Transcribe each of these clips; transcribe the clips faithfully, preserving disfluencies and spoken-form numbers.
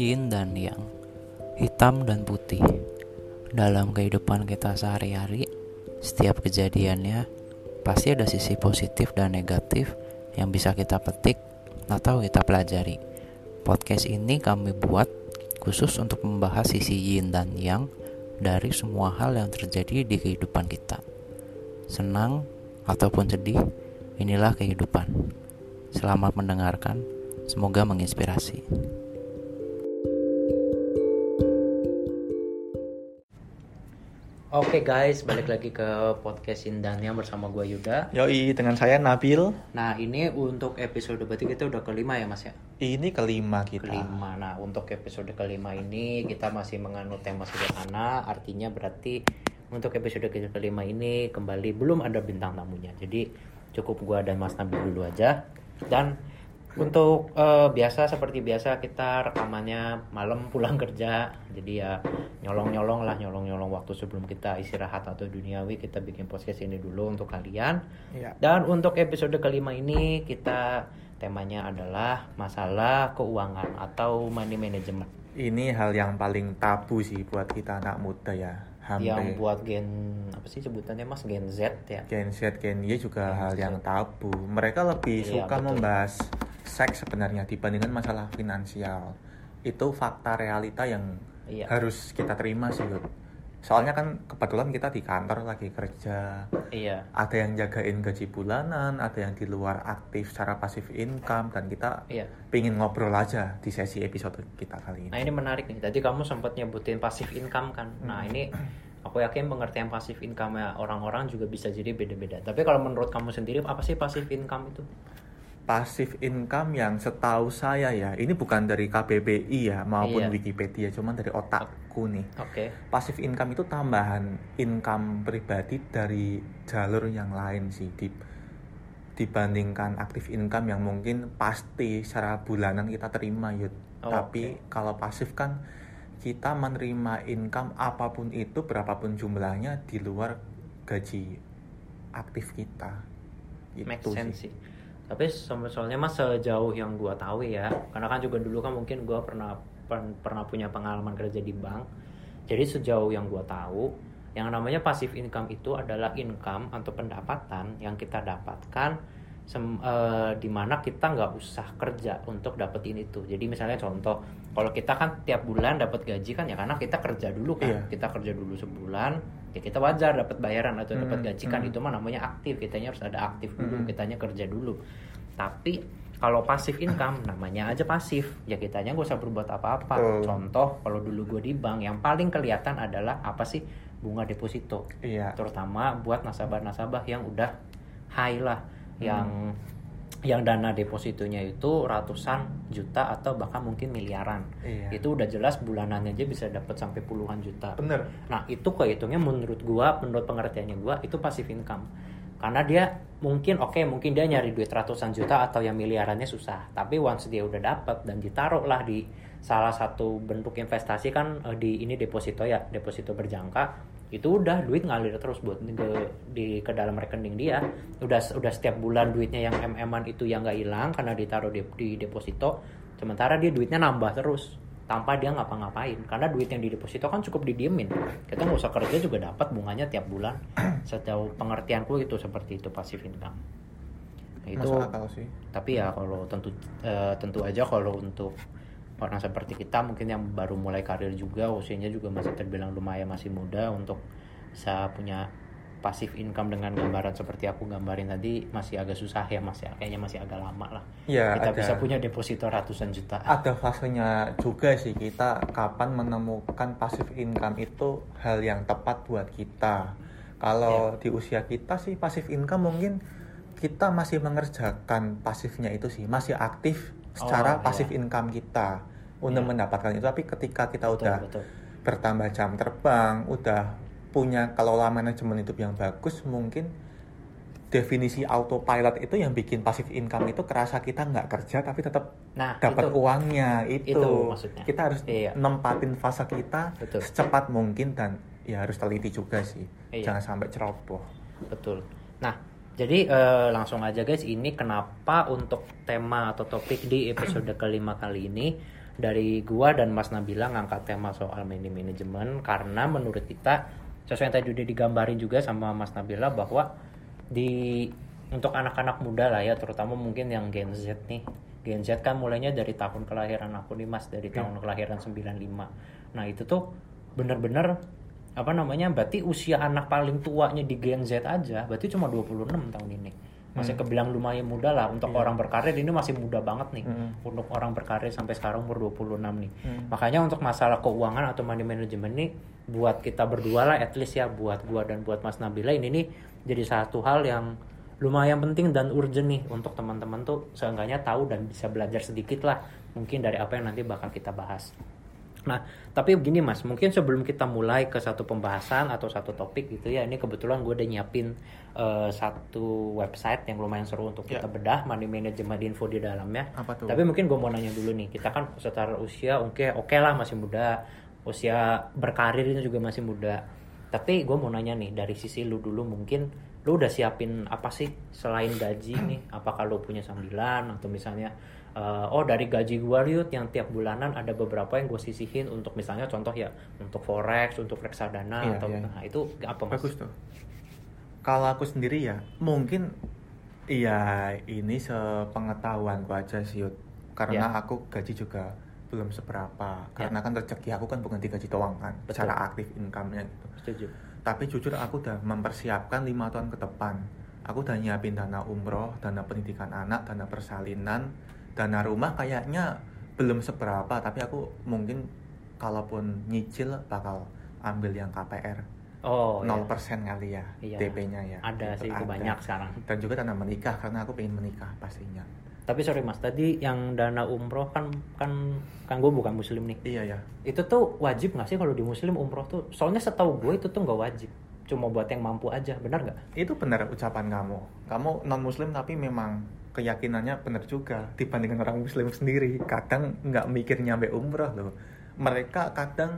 Yin dan Yang, hitam dan putih. Dalam kehidupan kita sehari-hari, setiap kejadiannya pasti ada sisi positif dan negatif yang bisa kita petik atau kita pelajari. Podcast ini kami buat khusus untuk membahas sisi Yin dan Yang dari semua hal yang terjadi di kehidupan kita. Senang ataupun sedih, inilah kehidupan. Selamat mendengarkan, semoga menginspirasi. Oke guys, balik lagi ke podcast Indannya bersama gue Yuda. Yoi, dengan saya Nabil. Nah, ini untuk episode berarti kita udah kelima ya mas ya? Ini kelima kita. Kelima. Nah, untuk episode kelima ini kita masih menganut tema sederhana. Artinya berarti untuk episode kelima ini kembali belum ada bintang tamunya. Jadi cukup gue dan Mas Nabil dulu aja. Dan untuk uh, biasa seperti biasa kita rekamannya malam pulang kerja. Jadi ya nyolong-nyolong lah, nyolong-nyolong waktu sebelum kita istirahat atau duniawi, kita bikin podcast ini dulu untuk kalian. Ya. Dan untuk episode kelima ini kita temanya adalah masalah keuangan atau money management. Ini hal yang paling tabu sih buat kita anak muda ya. Hampir. Yang buat gen apa sih sebutannya mas, Gen Z ya. Gen Z, Gen Y juga gen hal Z. Yang tabu. Mereka lebih iya, suka betul. membahas seks sebenarnya dibandingkan masalah finansial. Itu fakta realita yang iya. harus kita terima sih. Soalnya kan kebetulan kita di kantor lagi kerja. Iya. Ada yang jagain gaji bulanan, ada yang di luar aktif secara pasif income, dan kita iya. pingin ngobrol aja di sesi episode kita kali ini. Nah ini menarik nih. Tadi kamu sempat nyebutin pasif income kan. Hmm. Nah ini aku yakin pengertian pasif income ya orang-orang juga bisa jadi beda-beda. Tapi kalau menurut kamu sendiri apa sih pasif income itu? Pasif income yang setahu saya ya, ini bukan dari K B B I ya maupun iya. Wikipedia, cuman dari otakku nih. Oke. Okay. Pasif income itu tambahan income pribadi dari jalur yang lain sih, di, dibandingkan aktif income yang mungkin pasti secara bulanan kita terima yud. Oh, Tapi okay. kalau pasif kan kita menerima income apapun itu, berapapun jumlahnya di luar gaji aktif kita. Gitu. Make sense sih. Tapi soalnya mas sejauh yang gue tahu ya, karena kan juga dulu kan mungkin gue pernah pen, pernah punya pengalaman kerja di bank. Jadi sejauh yang gue tahu, yang namanya passive income itu adalah income atau pendapatan yang kita dapatkan sem, uh, di mana kita nggak usah kerja untuk dapetin itu. Jadi misalnya contoh, kalau kita kan tiap bulan dapat gaji kan ya karena kita kerja dulu kan, iya. kita kerja dulu sebulan. Ya kita wajar dapat bayaran atau dapat hmm, gaji kan hmm. itu mah namanya aktif, kitanya harus ada aktif dulu, hmm. kitanya kerja dulu. Tapi kalau pasif income namanya aja pasif, ya kitanya gak usah berbuat apa-apa. Oh. Contoh kalau dulu gue di bank yang paling kelihatan adalah apa sih, bunga deposito. Iya. Terutama buat nasabah-nasabah yang udah high lah, hmm. yang yang dana depositonya itu ratusan juta atau bahkan mungkin miliaran. Iya. Itu udah jelas bulanannya aja bisa dapat sampai puluhan juta. Bener. Nah itu kehitungnya menurut gua, menurut pengertiannya gua itu passive income. Karena dia mungkin oke okay, mungkin dia nyari duit ratusan juta atau yang miliarannya susah. Tapi once dia udah dapat dan ditaruh lah di salah satu bentuk investasi kan di ini deposito ya, deposito berjangka. Itu udah duit ngalir terus buat ke, di ke dalam rekening dia. Udah udah setiap bulan duitnya yang em-eman itu yang nggak hilang karena ditaruh di, di deposito. Sementara dia duitnya nambah terus tanpa dia ngapa-ngapain. Karena duit yang di deposito kan cukup didiemin. Kita nggak usah kerja juga dapat bunganya tiap bulan. Sejauh pengertianku itu seperti itu passive income. Nah, itu. Masuk akal sih. Tapi ya kalau tentu uh, tentu aja kalau untuk orang seperti kita mungkin yang baru mulai karir juga, usianya juga masih terbilang lumayan masih muda untuk bisa punya passive income dengan gambaran seperti aku gambarin tadi masih agak susah ya mas ya, kayaknya masih agak lama lah ya, kita ada, bisa punya deposito ratusan juta. Ada fasenya juga sih kita kapan menemukan passive income itu hal yang tepat buat kita. Kalau ya. Di usia kita sih passive income mungkin kita masih mengerjakan pasifnya itu sih, masih aktif secara oh, passive ya. Income kita untuk ya. Mendapatkan itu. Tapi ketika kita betul, udah betul. Bertambah jam terbang, udah punya kelola manajemen hidup yang bagus, mungkin definisi autopilot itu yang bikin passive income itu kerasa kita nggak kerja tapi tetap nah, dapat itu. Uangnya itu, itu maksudnya. Kita harus iya. nempatin fase kita betul. Secepat mungkin dan ya harus teliti juga sih, iya. jangan sampai ceroboh. Betul. Nah jadi eh, langsung aja guys, ini kenapa untuk tema atau topik di episode kelima kali ini dari gua dan Mas Nabila ngangkat tema soal money management karena menurut kita sesuai yang tadi udah digambarin juga sama Mas Nabila bahwa di untuk anak-anak muda lah ya, terutama mungkin yang Gen Z nih. Gen Z kan mulainya dari tahun kelahiran aku nih Mas, dari tahun kelahiran sembilan lima. Nah, itu tuh bener-bener apa namanya? Berarti usia anak paling tuanya di Gen Z aja berarti cuma dua puluh enam tahun ini. Masih kebilang lumayan muda lah untuk yeah. orang berkarir, ini masih muda banget nih. Mm. Untuk orang berkarir sampai sekarang umur dua puluh enam nih. Mm. Makanya untuk masalah keuangan atau money management nih buat kita berdua lah at least ya, buat gua dan buat Mas Nabila ini nih jadi satu hal yang lumayan penting dan urgent nih untuk teman-teman tuh seenggaknya tahu dan bisa belajar sedikit lah mungkin dari apa yang nanti bakal kita bahas. Nah, tapi begini Mas, mungkin sebelum kita mulai ke satu pembahasan atau satu topik gitu ya, ini kebetulan gue udah nyiapin uh, satu website yang lumayan seru untuk yeah. kita bedah, money management info di dalamnya. Apa tuh? Tapi mungkin gue mau nanya dulu nih, kita kan secara usia oke okay, oke okay lah masih muda, usia berkarir ini juga masih muda. Tapi gue mau nanya nih, dari sisi lu dulu mungkin lu udah siapin apa sih selain gaji nih? Apakah lu punya sambilan atau misalnya Uh, oh dari gaji gue liut yang tiap bulanan ada beberapa yang gue sisihin untuk misalnya contoh ya untuk forex, untuk reksadana iya, atau iya. Nah itu apa Mas? Bagus tuh. Kalau aku sendiri ya mungkin iya ini sepengetahuan gue aja sih Yud. Karena ya. Aku gaji juga belum seberapa. Karena ya. Kan rezeki aku kan bukan digaji doang kan. Betul. Secara aktif income-nya gitu. Setuju. Tapi jujur aku udah mempersiapkan lima tahun ke depan. Aku udah nyiapin dana umroh, dana pendidikan anak, dana persalinan. Dana rumah kayaknya belum seberapa, tapi aku mungkin kalaupun nyicil bakal ambil yang K P R. Oh, nol persen iya. Kali ya, iya. D P-nya ya. Ada gitu, sih, itu banyak sekarang. Dan juga dana menikah, karena aku pengen menikah pastinya. Tapi sorry Mas, tadi yang dana umroh kan kan kan gue bukan muslim nih. Iya ya. Itu tuh wajib nggak sih kalau di muslim umroh tuh? Soalnya setahu gue itu tuh nggak wajib. Cuma buat yang mampu aja, benar nggak? Itu benar ucapan kamu. Kamu non muslim tapi memang keyakinannya benar juga dibandingkan orang muslim sendiri. Kadang nggak mikir nyampe umroh loh. Mereka kadang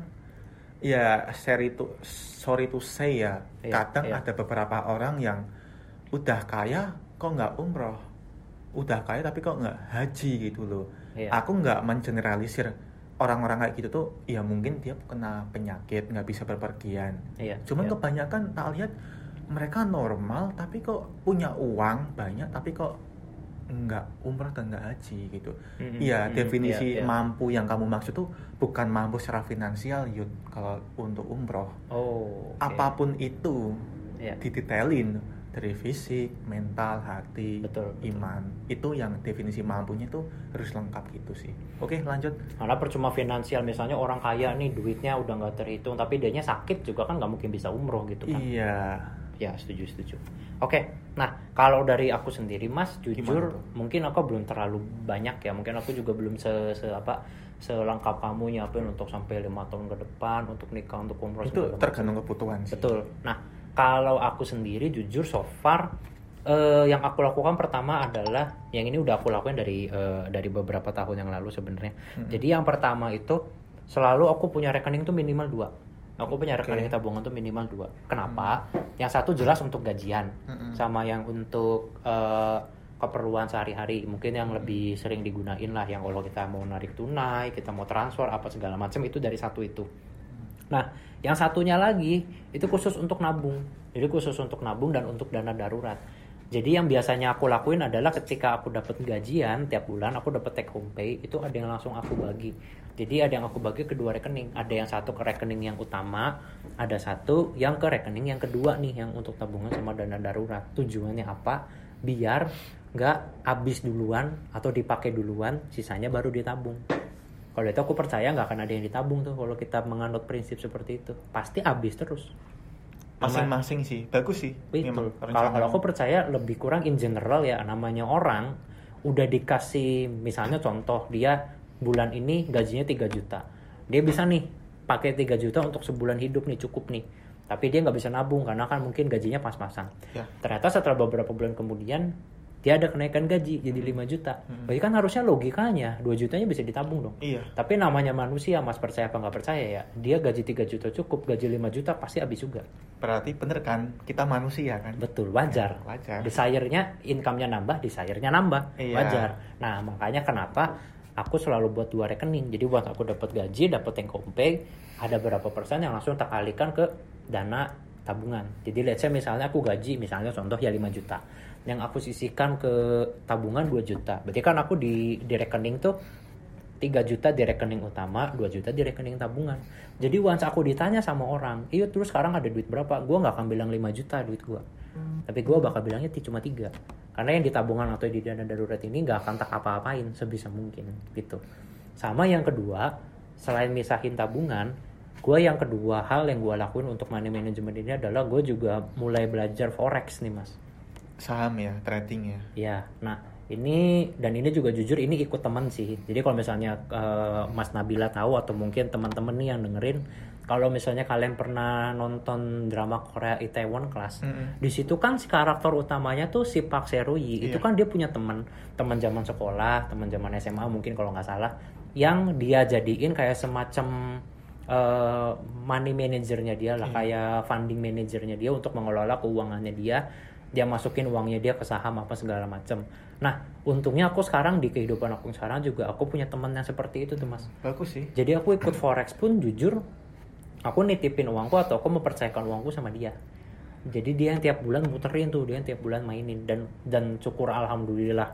ya sorry to, sorry to say ya, iya, kadang iya. Ada beberapa orang yang udah kaya kok nggak umroh, udah kaya tapi kok nggak haji gitu loh. Iya. Aku nggak mengeneralisir orang-orang kayak gitu tuh, ya mungkin dia kena penyakit nggak bisa berpergian. Iya, cuman iya. Kebanyakan tak lihat mereka normal tapi kok punya uang banyak tapi kok nggak umrah dan nggak haji gitu. Mm-hmm. Iya, definisi yeah, yeah. mampu yang kamu maksud tuh bukan mampu secara finansial Yud, kalau untuk umroh. Oh. Okay. Apapun itu yeah. didetailin dari fisik, mental, hati, betul, iman. Betul. Itu yang definisi mampunya tuh harus lengkap gitu sih. Oke, lanjut. Karena percuma finansial, misalnya orang kaya nih duitnya udah nggak terhitung, tapi dianya sakit juga kan nggak mungkin bisa umroh gitu kan. Iya. Ya, setuju, setuju. Oke, nah kalau dari aku sendiri Mas, jujur mungkin aku belum terlalu banyak ya. Mungkin aku juga belum se, se apa selengkap kamu nyiapin untuk sampai lima tahun ke depan, untuk nikah, untuk umroh. Itu tergantung kebutuhan sih. Betul. Nah, kalau aku sendiri jujur so far eh, yang aku lakukan pertama adalah yang ini udah aku lakukan dari eh, dari beberapa tahun yang lalu sebenarnya. Mm-hmm. Jadi yang pertama itu selalu aku punya rekening tuh minimal dua. Aku punya rekening okay. tabungan tuh minimal dua. Kenapa? Hmm. Yang satu jelas untuk gajian, hmm. sama yang untuk uh, keperluan sehari-hari. Mungkin yang hmm. lebih sering digunain lah, yang kalau kita mau narik tunai, kita mau transfer apa segala macam itu dari satu itu. Nah, yang satunya lagi itu khusus untuk nabung. Jadi khusus untuk nabung dan untuk dana darurat. Jadi yang biasanya aku lakuin adalah ketika aku dapat gajian tiap bulan, aku dapat take home pay, itu ada yang langsung aku bagi. Jadi ada yang aku bagi ke dua rekening. Ada yang satu ke rekening yang utama, ada satu yang ke rekening yang kedua nih, yang untuk tabungan sama dana darurat. Tujuannya apa? Biar nggak habis duluan atau dipakai duluan, sisanya baru ditabung. Kalau itu aku percaya nggak akan ada yang ditabung tuh kalau kita menganut prinsip seperti itu. Pasti habis terus. Masing-masing sih, bagus sih. Betul. Kalau kalau aku percaya lebih kurang in general ya, namanya orang udah dikasih misalnya contoh dia bulan ini gajinya tiga juta. Dia bisa nih pakai tiga juta untuk sebulan hidup nih, cukup nih. Tapi dia nggak bisa nabung karena kan mungkin gajinya pas-pasan. Ya. Ternyata setelah beberapa bulan kemudian dia ada kenaikan gaji jadi lima juta. Hmm. Berarti kan harusnya logikanya dua jutanya bisa ditabung dong. Iya. Tapi namanya manusia, Mas, percaya apa nggak percaya ya, dia gaji tiga juta cukup, gaji lima juta pasti habis juga. Berarti bener kan, kita manusia kan? Betul, wajar. Ya, wajar. Desire-nya, income-nya nambah, desire-nya nambah. Iya. Wajar. Nah, makanya kenapa aku selalu buat dua rekening. Jadi buat aku dapat gaji, dapat take home pay, ada berapa persen yang langsung tak kalikan ke dana tabungan. Jadi let's say misalnya aku gaji, misalnya contoh ya lima juta. Yang aku sisihkan ke tabungan dua juta. Berarti kan aku di di rekening tuh tiga juta di rekening utama, dua juta di rekening tabungan. Jadi once aku ditanya sama orang, iya terus sekarang ada duit berapa? Gue gak akan bilang lima juta duit gue. Tapi gue bakal bilangnya cuma tiga. Karena yang di tabungan atau di dana darurat ini gak akan tak apa-apain sebisa mungkin gitu. Sama yang kedua, selain misahin tabungan, gue yang kedua hal yang gue lakuin untuk money management ini adalah gue juga mulai belajar forex nih mas. Saham ya, trading ya. Ya, nah ini dan ini juga jujur ini ikut teman sih. Jadi kalau misalnya uh, Mas Nabila tahu atau mungkin teman-teman nih yang dengerin, kalau misalnya kalian pernah nonton drama Korea Itaewon Class, mm-hmm. di situ kan si karakter utamanya tuh si Park Seo-yi. Itu yeah. kan dia punya teman, teman zaman sekolah, teman zaman S M A mungkin kalau nggak salah, yang dia jadiin kayak semacam uh, money manajernya dia lah, yeah. kayak funding manajernya dia untuk mengelola keuangannya dia. Dia masukin uangnya dia ke saham apa segala macam. Nah, untungnya aku sekarang di kehidupan aku sekarang juga aku punya teman yang seperti itu tuh mas. Bagus sih. Jadi aku ikut forex pun jujur, aku nitipin uangku atau aku mempercayakan uangku sama dia. Jadi dia yang tiap bulan muterin tuh, dia yang tiap bulan mainin dan dan syukur alhamdulillah,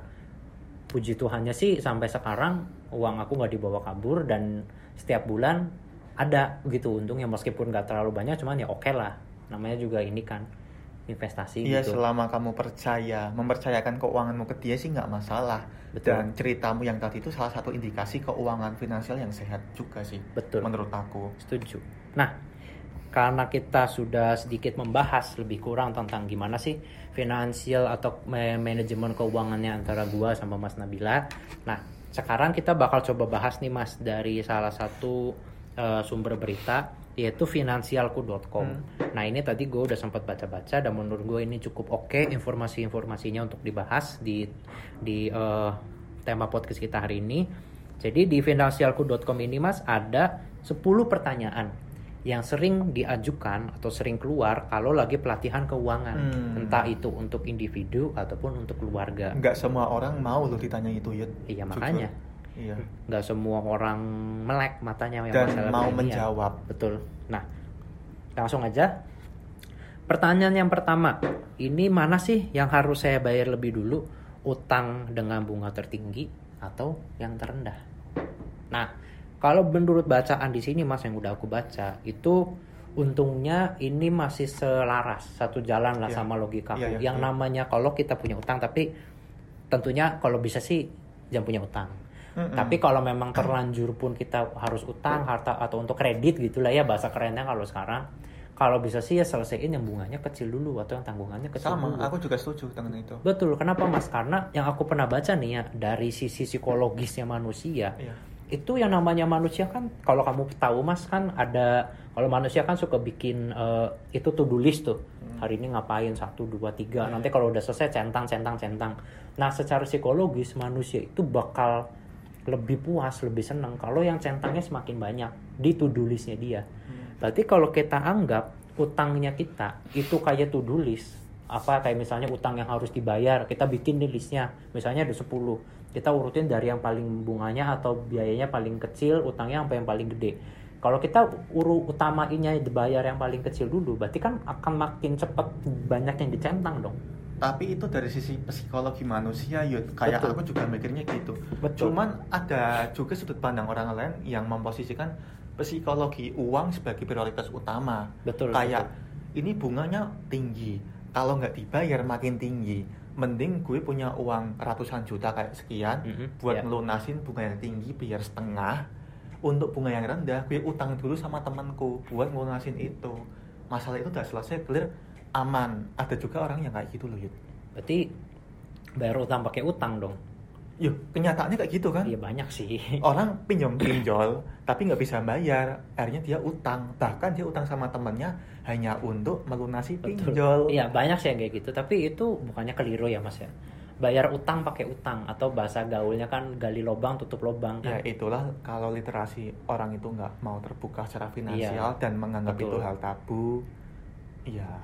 puji Tuhannya sih sampai sekarang uang aku nggak dibawa kabur dan setiap bulan ada gitu untungnya meskipun nggak terlalu banyak, cuman ya oke okay lah. Namanya juga ini kan investasi iya, gitu. Selama kamu percaya, mempercayakan keuanganmu ke dia sih nggak masalah. Betul. Dan ceritamu yang tadi itu salah satu indikasi keuangan finansial yang sehat juga sih. Betul. Menurut aku. Setuju. Nah, karena kita sudah sedikit membahas lebih kurang tentang gimana sih finansial atau manajemen keuangannya antara gua sama Mas Nabila. Nah, sekarang kita bakal coba bahas nih Mas dari salah satu uh, sumber berita yaitu finansialku dot com. Hmm. Nah ini tadi gue udah sempat baca-baca dan menurut gue ini cukup oke okay, informasi-informasinya untuk dibahas di di uh, tema podcast kita hari ini. Jadi di finansialku dot com ini mas ada sepuluh pertanyaan yang sering diajukan atau sering keluar kalau lagi pelatihan keuangan. Hmm. Entah itu untuk individu ataupun untuk keluarga. Nggak semua orang mau loh ditanya itu Yud. Iya makanya. Iya. Nggak semua orang melek matanya yang dan masalah mau beginian. Menjawab. Betul. Nah, langsung aja. Pertanyaan yang pertama, ini mana sih yang harus saya bayar lebih dulu? Utang dengan bunga tertinggi atau yang terendah? Nah, kalau menurut bacaan di sini Mas yang udah aku baca, itu untungnya ini masih selaras, satu jalan lah yeah. sama logikaku. Yeah, yeah, yang yeah. namanya kalau kita punya utang, tapi tentunya kalau bisa sih jangan punya utang. Mm-hmm. Tapi kalau memang terlanjur pun kita harus utang harta atau untuk kredit gitulah ya bahasa kerennya kalau sekarang, kalau bisa sih ya selesaiin yang bunganya kecil dulu atau yang tanggungannya kecil sama, dulu. Sama, aku juga setuju dengan itu. Betul, kenapa mas? Karena yang aku pernah baca nih ya dari sisi psikologisnya manusia, yeah. itu yang namanya manusia kan kalau kamu tahu mas kan ada, kalau manusia kan suka bikin uh, itu to do list tuh. Hmm. Hari ini ngapain satu dua tiga, nanti kalau udah selesai centang centang centang. Nah secara psikologis manusia itu bakal lebih puas, lebih senang kalau yang centangnya semakin banyak di to-do listnya dia. Hmm. Berarti kalau kita anggap utangnya kita itu kayak to-do list, apa kayak misalnya utang yang harus dibayar, kita bikin nih listnya, misalnya ada sepuluh, kita urutin dari yang paling bunganya atau biayanya paling kecil, utangnya sampai yang paling gede. Kalau kita uru utamainnya dibayar yang paling kecil dulu, berarti kan akan makin cepat banyak yang dicentang dong. Tapi itu dari sisi psikologi manusia, Yud. Kayak Betul. Aku juga mikirnya gitu. Betul. Cuman ada juga sudut pandang orang lain yang memposisikan psikologi uang sebagai prioritas utama. Betul. Kayak betul. Ini bunganya tinggi, kalau nggak dibayar makin tinggi. Mending gue punya uang ratusan juta kayak sekian, mm-hmm. buat yeah. melunasin bunga yang tinggi biar setengah. Untuk bunga yang rendah, gue utang dulu sama temanku buat melunasin itu. Masalah itu udah selesai, clear, aman. Ada juga orang yang kayak gitu loh Yud. Berarti bayar utang pakai utang dong. Yuk, kenyataannya kayak gitu kan? Iya banyak sih. Orang pinjam pinjol tapi nggak bisa bayar, akhirnya dia utang. Bahkan dia utang sama temannya hanya untuk melunasi pinjol. Iya banyak sih yang kayak gitu. Tapi itu bukannya keliru ya mas ya? Bayar utang pakai utang atau bahasa gaulnya kan gali lobang tutup lobang kan? Ya itulah kalau literasi orang itu nggak mau terbuka secara finansial iya, dan menganggap betul. Itu hal tabu. Iya.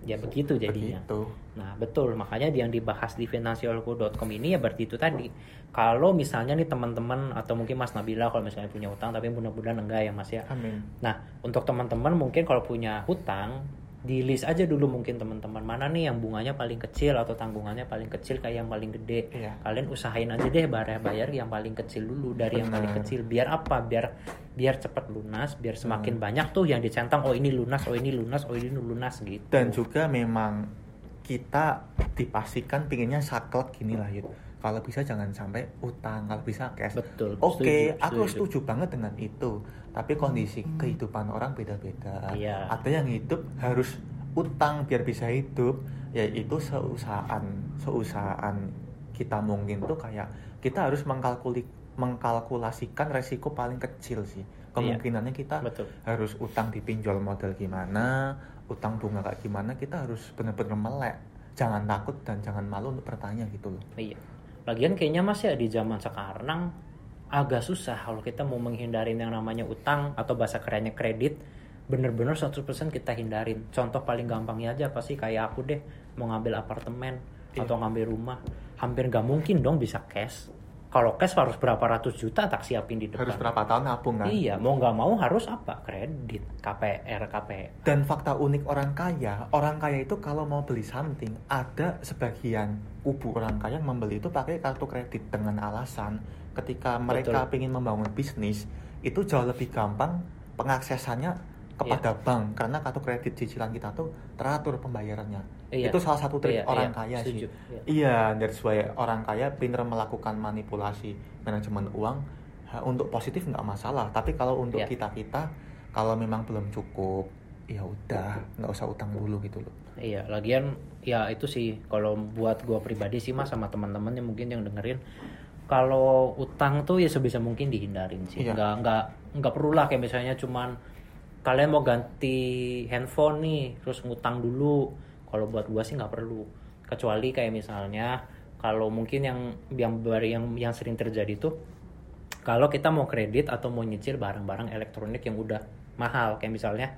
Ya begitu jadinya. Begitu. Nah betul, makanya yang dibahas di finansialku dot com ini ya berarti itu tadi. Kalau misalnya nih teman-teman atau mungkin Mas Nabila kalau misalnya punya hutang, tapi mudah-mudahan enggak ya Mas ya. Amin. Nah untuk teman-teman mungkin kalau punya hutang, di list aja dulu mungkin teman-teman mana nih yang bunganya paling kecil atau tanggungannya paling kecil kayak yang paling gede. Iya. Kalian usahain aja deh bayar bayar yang paling kecil dulu dari yang paling Benar. kecil. Biar apa? Biar biar cepat lunas, biar semakin hmm. banyak tuh yang dicentang, oh ini lunas, oh ini lunas, oh ini lunas gitu. Dan juga memang kita dipastikan pinginnya saklek gini lah gitu. Kalau bisa jangan sampai utang, kalau bisa cash. Betul. Oke, okay, aku setuju. setuju banget dengan itu. Tapi kondisi kehidupan orang beda-beda. Iya. Ada yang hidup harus utang biar bisa hidup, yaitu seusahaan, seusahaan kita mungkin tuh kayak kita harus mengkalkuli, mengkalkulasikan resiko paling kecil sih. Kemungkinannya kita Betul. harus utang di pinjol modal gimana, utang bunga kayak gimana, kita harus benar-benar melek. Jangan takut dan jangan malu untuk bertanya gitu loh. Iya. Lagian kayaknya Mas ya di zaman sekarang agak susah kalau kita mau menghindarin yang namanya utang atau bahasa kerennya kredit, bener-bener seratus persen kita hindarin. Contoh paling gampangnya aja pasti kayak aku deh mau ngambil apartemen iya. atau ngambil rumah, hampir gak mungkin dong bisa cash. Kalau cash harus berapa ratus juta tak siapin di depan. Harus berapa tahun nabung kan? Iya, mau gak mau harus apa? Kredit, K P R, K P R. Dan fakta unik orang kaya, orang kaya itu kalau mau beli something, ada sebagian kubu orang kaya yang membeli itu pakai kartu kredit dengan alasan ketika mereka Betul. ingin membangun bisnis, itu jauh lebih gampang pengaksesannya kepada yeah. bank, karena kartu kredit cicilan kita tuh teratur pembayarannya. Iya. Itu salah satu trik iya, orang iya, kaya setuju. sih. Iya, iya dari sesuai orang kaya pintar melakukan manipulasi manajemen uang ha, untuk positif nggak masalah. Tapi kalau untuk iya. kita kita kalau memang belum cukup, ya udah nggak usah utang dulu gitu loh. Iya, lagian ya itu sih kalau buat gua pribadi sih Mas sama teman-teman yang mungkin yang dengerin, kalau utang tuh ya sebisa mungkin dihindarin sih. Iya. Nggak nggak nggak perlu lah kayak misalnya cuman kalian mau ganti handphone nih terus ngutang dulu. Kalau buat gua sih nggak perlu, kecuali kayak misalnya kalau mungkin yang yang yang yang sering terjadi tuh kalau kita mau kredit atau mau nyicil barang-barang elektronik yang udah mahal kayak misalnya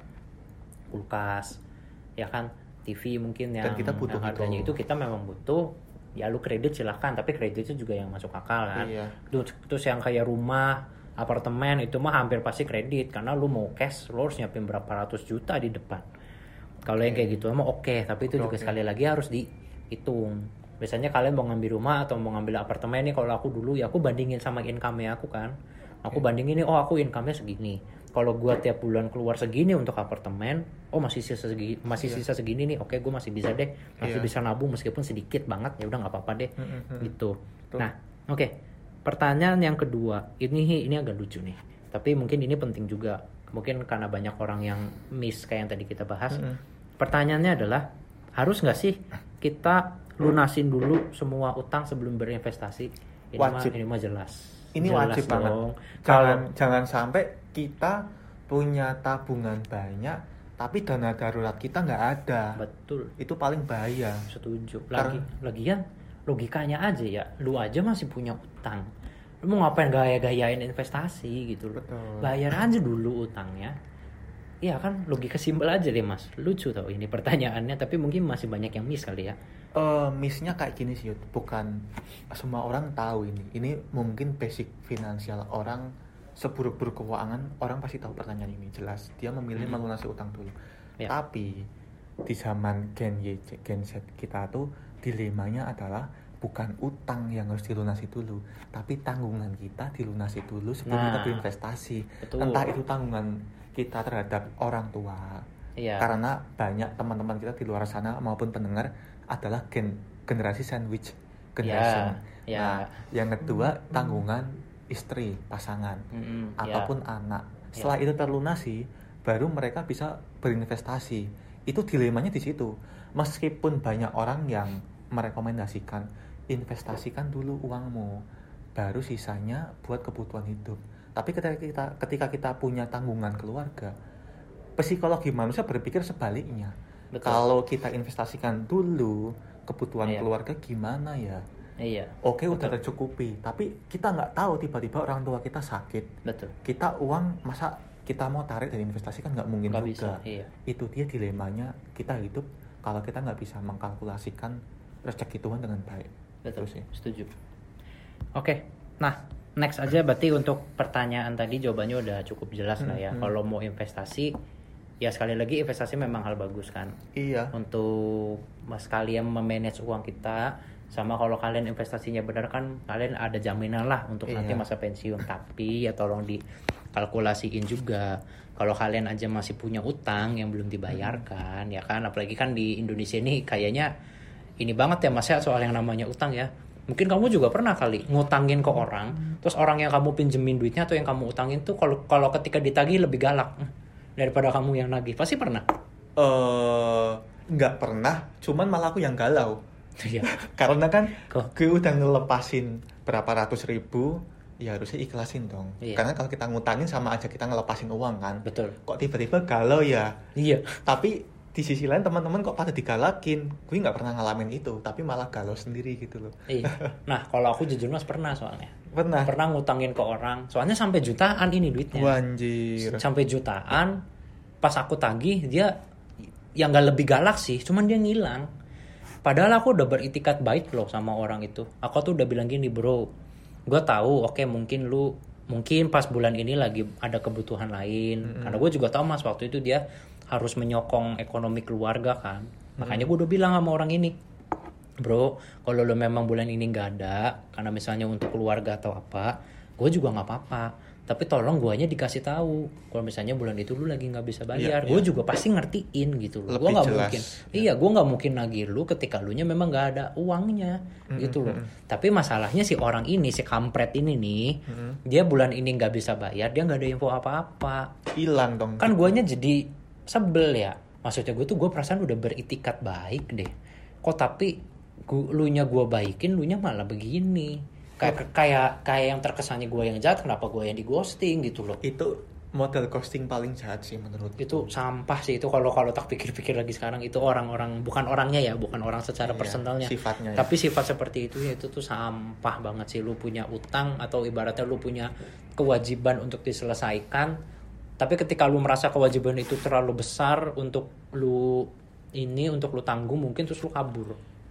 kulkas ya kan, T V mungkin yang, kita butuh yang harganya itu. itu kita memang butuh, ya lu kredit silahkan, tapi kredit itu juga yang masuk akal kan. Iya. Terus, terus yang kayak rumah, apartemen itu mah hampir pasti kredit karena lu mau cash lu harus nyiapin berapa ratus juta di depan. Kalau okay. yang kayak gitu emang oke, okay, tapi itu okay. juga sekali lagi harus dihitung. Biasanya kalian mau ngambil rumah atau mau ngambil apartemen nih, kalau aku dulu ya aku bandingin sama income-nya aku kan. Aku okay. bandingin nih, oh aku income-nya segini. Kalau gua tiap bulan keluar segini untuk apartemen, oh masih sisa segini, masih yeah. sisa segini nih, oke okay, gua masih bisa deh, masih yeah. bisa nabung meskipun sedikit banget, ya udah nggak apa-apa deh, mm-hmm. gitu. Tuh. Nah, oke. Okay. Pertanyaan yang kedua, ini ini agak lucu nih, tapi mungkin ini penting juga, mungkin karena banyak orang yang miss kayak yang tadi kita bahas. Mm-hmm. Pertanyaannya adalah, harus nggak sih kita lunasin dulu semua utang sebelum berinvestasi? Ini wajib. Mah, ini mah jelas. Ini jelas wajib dong. banget. Jangan jangan sampai kita punya tabungan banyak, tapi dana darurat kita nggak ada. Betul. Itu paling bahaya. Setuju. Lagi, Karena... lagian logikanya aja ya, lu aja masih punya utang. Lu mau ngapain gaya-gayain investasi gitu. Betul. Bayar aja dulu utangnya. Iya kan, logika simpel aja deh Mas. Lucu tau ini pertanyaannya, tapi mungkin masih banyak yang miss kali ya. Uh, missnya kayak gini sih, bukan semua orang tahu ini. Ini mungkin basic finansial orang, seburuk-buruk keuangan orang pasti tahu pertanyaan ini jelas. Dia memilih hmm. melunasi utang dulu. Ya. Tapi di zaman Gen Y, Gen Z kita tuh dilemanya adalah bukan utang yang harus dilunasi dulu, tapi tanggungan kita dilunasi dulu sebelum nah, kita berinvestasi. Betul. Entah itu tanggungan kita terhadap orang tua. Iya. Karena banyak teman-teman kita di luar sana maupun pendengar adalah gen generasi sandwich generation. Ya, ya. Nah, yang kedua tanggungan istri, pasangan, mm-hmm, ataupun ya. anak. Setelah ya. itu terlunasi, baru mereka bisa berinvestasi. Itu dilemanya di situ. Meskipun banyak orang yang merekomendasikan investasikan dulu uangmu, baru sisanya buat kebutuhan hidup. Tapi ketika kita ketika kita punya tanggungan keluarga, psikologi manusia berpikir sebaliknya. Betul. Kalau kita investasikan dulu kebutuhan iya. keluarga gimana ya? Iya. Oke, udah tercukupi, tapi kita nggak tahu tiba-tiba orang tua kita sakit. Betul. Kita uang masa kita mau tarik dari investasi kan nggak mungkin gak juga. Bisa, iya. Itu dia dilemanya kita hidup kalau kita nggak bisa mengkalkulasikan rezeki Tuhan dengan baik. Betul sih. Setuju. Oke, nah next aja berarti untuk pertanyaan tadi jawabannya udah cukup jelas lah ya. Hmm. Kalau mau investasi, ya sekali lagi investasi memang hal bagus kan. Iya. Untuk mas kalian memanage uang kita, sama kalau kalian investasinya benar kan kalian ada jaminan lah untuk iya. nanti masa pensiun. Tapi ya tolong dikalkulasiin juga. Kalau kalian aja masih punya utang yang belum dibayarkan, hmm. ya kan, apalagi kan di Indonesia ini kayaknya ini banget ya mas ya soal yang namanya utang ya. Mungkin kamu juga pernah kali ngutangin ke orang, hmm. terus orang yang kamu pinjemin duitnya atau yang kamu utangin tuh kalau kalau ketika ditagih lebih galak daripada kamu yang nagih. Pasti pernah? Eh, uh, nggak pernah, cuman malah aku yang galau. Iya. Karena kan gue udah ngelepasin berapa ratus ribu, ya harusnya ikhlasin dong. Iya. Karena kalau kita ngutangin sama aja kita ngelepasin uang kan. Betul. Kok tiba-tiba galau ya? Iya. Tapi di sisi lain teman-teman kok pada digalakin. Gue nggak pernah ngalamin itu, tapi malah galau sendiri gitu loh. Iya. Nah kalau aku jujur mas pernah soalnya. Pernah. Pernah ngutangin ke orang. Soalnya sampai jutaan ini duitnya. Wanjir. Sampai jutaan. Pas aku tagih dia yang nggak lebih galak sih, cuman dia ngilang. Padahal aku udah beritikat baik loh sama orang itu. Aku tuh udah bilang gini, bro, gue tahu, oke okay, mungkin lu mungkin pas bulan ini lagi ada kebutuhan lain. Mm-hmm. Karena gue juga tahu mas waktu itu dia harus menyokong ekonomi keluarga kan. Mm-hmm. Makanya gue udah bilang sama orang ini, bro, kalau lu memang bulan ini nggak ada, karena misalnya untuk keluarga atau apa, gue juga nggak apa-apa. Tapi tolong guanya dikasih tahu kalau misalnya bulan itu lu lagi nggak bisa bayar, yeah, gue yeah. juga pasti ngertiin gitu loh. Gue nggak mungkin, yeah. iya gue nggak mungkin nagih lu ketika lu nya memang nggak ada uangnya, mm-hmm. gitu loh. Tapi masalahnya si orang ini, si kampret ini nih, mm-hmm. dia bulan ini nggak bisa bayar, dia nggak ada info apa-apa, hilang dong. Kan guanya jadi sebel ya. Maksudnya gue tuh gue perasaan udah beritikat baik deh, kok tapi gua, lu nya gue baikin, lu nya malah begini. Kayak kayak kayak yang terkesannya gue yang jahat, kenapa gue yang di ghosting gitu loh. Itu model ghosting paling jahat sih menurut itu. Sampah sih itu kalau kalau tak pikir-pikir lagi sekarang. Itu orang-orang, bukan orangnya ya, bukan orang secara iya, personalnya, sifatnya tapi ya. Sifat seperti itu ya itu tuh sampah banget sih. Lu punya utang atau ibaratnya lu punya kewajiban untuk diselesaikan, tapi ketika lu merasa kewajiban itu terlalu besar untuk lu ini untuk lu tanggung, mungkin terus lu kabur.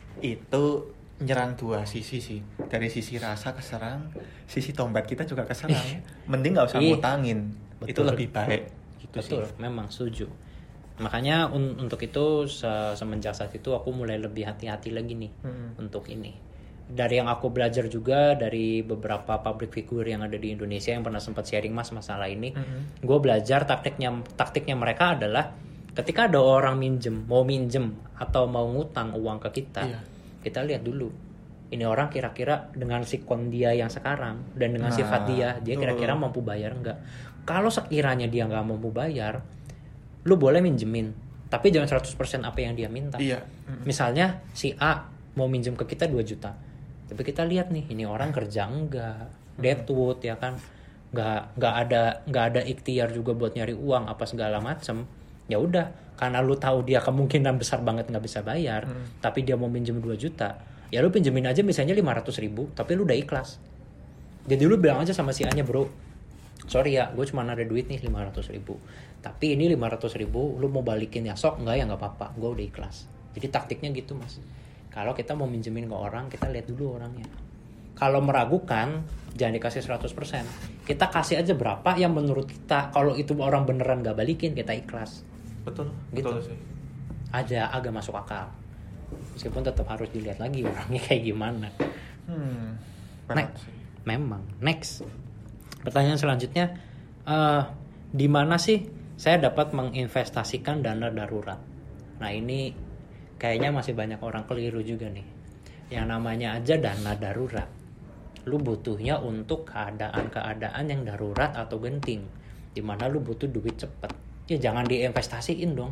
Itu nyerang dua sisi sih, dari sisi rasa keserang, sisi tombak kita juga keserang. Mending nggak usah ngutangin, itu lebih baik. Gitu betul, sih. Memang setuju. Makanya un- untuk itu se- semenjak saat itu aku mulai lebih hati-hati lagi nih hmm. untuk ini. Dari yang aku belajar juga dari beberapa public figure yang ada di Indonesia yang pernah sempat sharing mas masalah ini, hmm. gue belajar taktiknya taktiknya mereka adalah ketika ada orang minjem, mau minjem atau mau ngutang uang ke kita. Iya. Kita lihat dulu, ini orang kira-kira dengan sikon dia yang sekarang dan dengan nah, sifat dia, dia kira-kira tuh. mampu bayar nggak? Kalau sekiranya dia nggak mampu bayar, lu boleh minjemin, tapi jangan seratus persen apa yang dia minta. Iya. Misalnya si A mau minjem ke kita dua juta, tapi kita lihat nih, ini orang kerja enggak, deadwood ya kan, nggak nggak ada nggak ada ikhtiar juga buat nyari uang apa segala macem. Ya udah. Karena lu tahu dia kemungkinan besar banget nggak bisa bayar, hmm. tapi dia mau minjem dua juta, ya lu pinjemin aja misalnya lima ratus ribu, tapi lu udah ikhlas. Jadi lu bilang aja sama si A-nya, bro, sorry ya, gue cuma ada duit nih lima ratus ribu, tapi ini lima ratus ribu, lu mau balikin ya sok, nggak ya nggak apa-apa, gue udah ikhlas. Jadi taktiknya gitu mas. Kalau kita mau minjemin ke orang, kita lihat dulu orangnya. Kalau meragukan, jangan dikasih seratus persen. Kita kasih aja berapa yang menurut kita, kalau itu orang beneran nggak balikin, kita ikhlas. Betul, gitu. Betul sih. Aja agak masuk akal. Meskipun tetap harus dilihat lagi orangnya kayak gimana. Hmm. Next. Memang. Next. Pertanyaan selanjutnya, uh, di mana sih saya dapat menginvestasikan dana darurat? Nah ini kayaknya masih banyak orang keliru juga nih. Yang namanya aja dana darurat. Lu butuhnya untuk keadaan-keadaan yang darurat atau genting, di mana lu butuh duit cepet. Ya jangan diinvestasiin dong.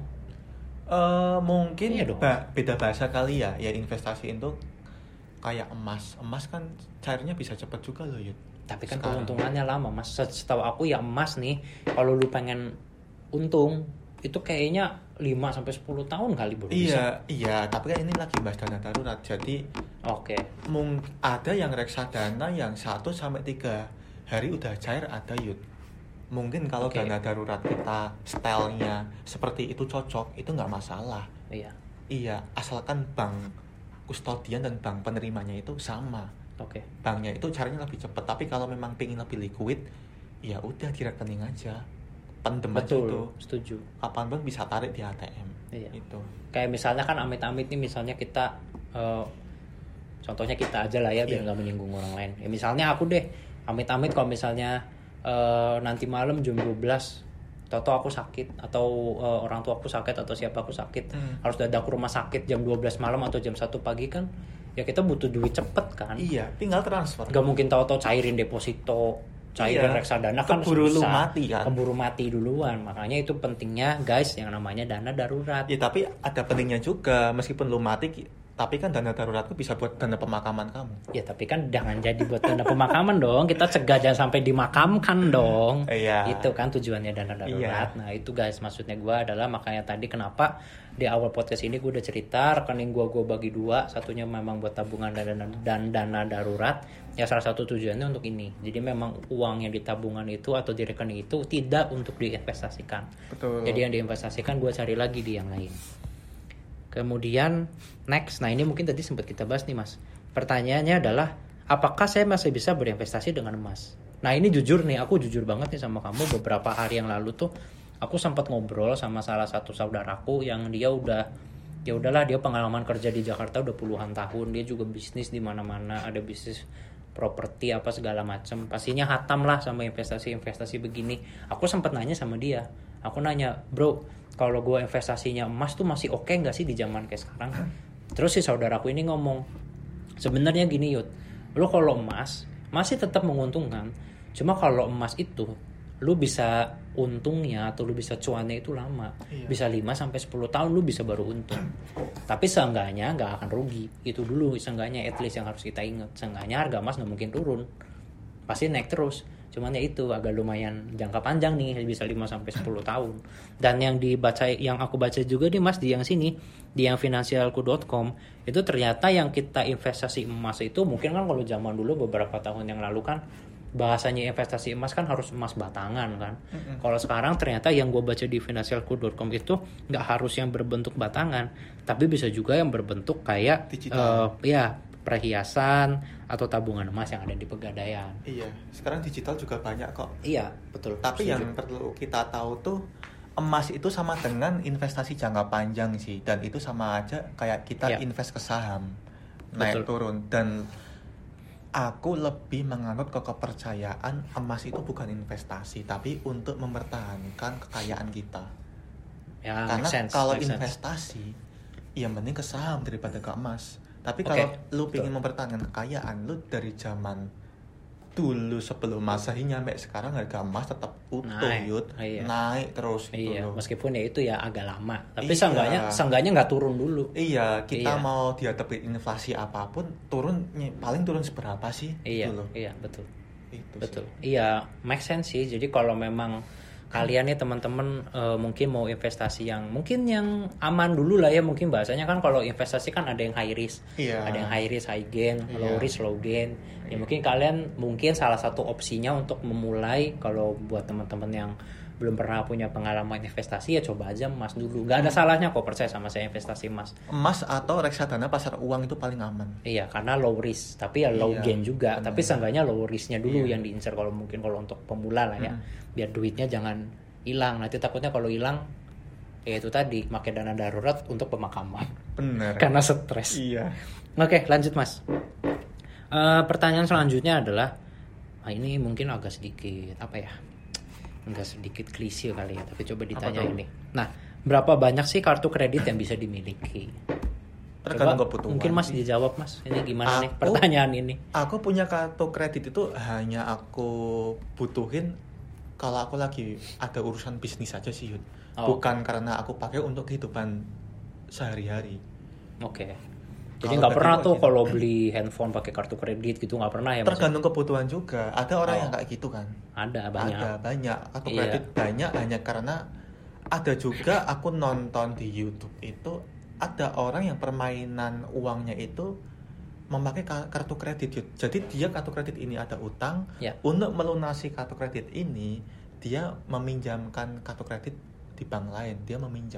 Uh, mungkin iya dong. Ba- beda bahasa kali ya. Ya investasiin tuh kayak emas. Emas kan cairnya bisa cepet juga loh Yud. Tapi kan sekarang keuntungannya lama mas. Setahu aku ya emas nih, kalau lu pengen untung itu kayaknya lima sampai sepuluh tahun kali baru iya, bisa. Iya, tapi kan ini lagi bahas dana darurat. Jadi oke. Okay. Mung- ada yang reksadana yang satu sampai tiga hari udah cair, ada Yud. Mungkin kalau okay. dana darurat kita stylenya seperti itu cocok, itu nggak masalah. Iya. Iya, asalkan bank kustodian dan bank penerimanya itu sama. Oke. Okay. Banknya itu caranya lebih cepat. Tapi kalau memang pengen lebih liquid, ya udah di rekening aja. Pendem aja itu. Setuju. Kapan bank bisa tarik di A T M. Iya. Itu. Kayak misalnya kan amit-amit nih, misalnya kita uh, contohnya kita aja lah ya, biar nggak iya. menyinggung orang lain. Ya misalnya aku deh, amit-amit kalau misalnya uh, nanti malam jam dua belas atau aku sakit atau uh, orang tua aku sakit atau siapa aku sakit, hmm. harus datang ke rumah sakit jam dua belas malam atau jam satu pagi kan, ya kita butuh duit cepet kan. Iya, tinggal transfer. Gak mungkin tahu-tahu cairin deposito, cairin iya. reksadana kan keburu susah. mati kan. Keburu mati duluan. Makanya itu pentingnya guys yang namanya dana darurat. Ya tapi ada pentingnya juga, meskipun lu mati tapi kan dana darurat itu bisa buat dana pemakaman kamu. Ya tapi kan jangan jadi buat dana pemakaman dong. Kita cegah jangan sampai dimakamkan dong. Iya. Itu kan tujuannya dana darurat. Iya. Nah itu guys, maksudnya gue adalah makanya tadi kenapa di awal podcast ini gue udah cerita rekening gue gue bagi dua. Satunya memang buat tabungan dan dana, dan dana darurat. Ya salah satu tujuannya untuk ini. Jadi memang uang yang di tabungan itu atau di rekening itu tidak untuk diinvestasikan. Betul. Jadi yang diinvestasikan gue cari lagi di yang lain. Kemudian next, nah ini mungkin tadi sempat kita bahas nih mas. Pertanyaannya adalah, apakah saya masih bisa berinvestasi dengan emas? Nah ini jujur nih, aku jujur banget nih sama kamu. Beberapa hari yang lalu tuh, aku sempat ngobrol sama salah satu saudaraku yang dia udah, ya udahlah dia pengalaman kerja di Jakarta udah puluhan tahun. Dia juga bisnis di mana-mana, ada bisnis properti apa segala macam. Pastinya hatam lah sama investasi-investasi begini. Aku sempat nanya sama dia. Aku nanya, bro, kalau gue investasinya emas tuh masih oke okay nggak sih di zaman kayak sekarang? Terus si saudaraku ini ngomong, sebenarnya gini Yud, lo kalau emas masih tetap menguntungkan, cuma kalau emas itu lu bisa untungnya atau lu bisa cuannya itu lama, iya. bisa lima sampai sepuluh tahun lu bisa baru untung. Tapi seenggaknya nggak akan rugi, itu dulu seenggaknya, at least yang harus kita ingat. Seenggaknya harga emas nggak mungkin turun, pasti naik terus. Cuman ya itu agak lumayan jangka panjang nih, bisa lima sampai sepuluh tahun. Dan yang dibaca, yang aku baca juga nih Mas di yang sini, di yang finansialku dot com, itu ternyata yang kita investasi emas itu mungkin kan kalau zaman dulu beberapa tahun yang lalu kan bahasanya investasi emas kan harus emas batangan kan. Mm-hmm. Kalau sekarang ternyata yang gue baca di finansialku dot com itu nggak harus yang berbentuk batangan, tapi bisa juga yang berbentuk kayak uh, ya perhiasan atau tabungan emas yang ada di Pegadaian. Iya, sekarang digital juga banyak kok. Iya, betul. Tapi setuju. Yang perlu kita tahu tuh emas itu sama dengan investasi jangka panjang sih, dan itu sama aja kayak kita iya. invest ke saham, naik betul. turun. Dan aku lebih menganut ke kepercayaan emas itu bukan investasi, tapi untuk mempertahankan kekayaan kita. Ya, karena sense, kalau investasi, ya mending ke saham daripada ke emas. Tapi okay, kalau lu pengen mempertahankan kekayaan, lu dari zaman dulu sebelum Masehi nyampe sekarang harga emas tetap utuh, naik, yud, iya. naik terus gitu iya, loh. Meskipun ya itu ya agak lama, tapi iya. seenggaknya seenggaknya nggak turun dulu. Iya, kita iya. mau dihadapi inflasi apapun, turun paling turun seberapa sih? Iya, gitu loh. iya betul. Itu betul. Sih. Iya, make sense sih. Jadi kalau memang kalian nih teman-teman uh, mungkin mau investasi yang mungkin yang aman dulu lah ya, mungkin bahasanya kan kalau investasi kan ada yang high risk, iya. ada yang high risk high gain, iya. low risk low gain. Ya iya. mungkin kalian mungkin salah satu opsinya untuk memulai, kalau buat teman-teman yang belum pernah punya pengalaman investasi ya coba aja emas dulu. Gak ada salahnya kok, percaya sama saya, investasi emas. Emas atau reksadana pasar uang itu paling aman. Iya, karena low risk, tapi ya low iya, gain juga. Bener. Tapi seenggaknya low risknya dulu iya. yang diincar kalau mungkin kalau untuk pemula lah ya. Hmm. Biar duitnya jangan hilang. Nanti takutnya kalau hilang ya itu tadi, pakai dana darurat untuk pemakaman. Benar. Karena stres. Iya. Oke, lanjut Mas. Uh, pertanyaan selanjutnya adalah, nah ini mungkin agak sedikit apa ya? Enggak sedikit klise kali ya, tapi coba ditanya ini. Nah, berapa banyak sih kartu kredit yang bisa dimiliki? Tergantung kebutuhan. Mungkin Mas dijawab Mas, ini gimana aku, nih pertanyaan ini? Aku punya kartu kredit itu hanya aku butuhin kalau aku lagi ada urusan bisnis aja sih, Yud. Oh, bukan okay. karena aku pakai untuk kehidupan sehari-hari. Oke. Okay. Jadi nggak pernah tuh gitu. Kalau beli handphone pakai kartu kredit gitu nggak pernah ya? Tergantung maksudnya? Kebutuhan juga. Ada orang oh. yang kayak gitu kan? Ada banyak. Ada banyak. Kartu iya. kredit banyak hanya karena ada juga aku nonton di YouTube itu ada orang yang permainan uangnya itu memakai kartu kredit. Jadi dia kartu kredit ini ada utang, ya. Untuk melunasi kartu kredit ini dia meminjamkan kartu kredit di bank lain, dia meminjam.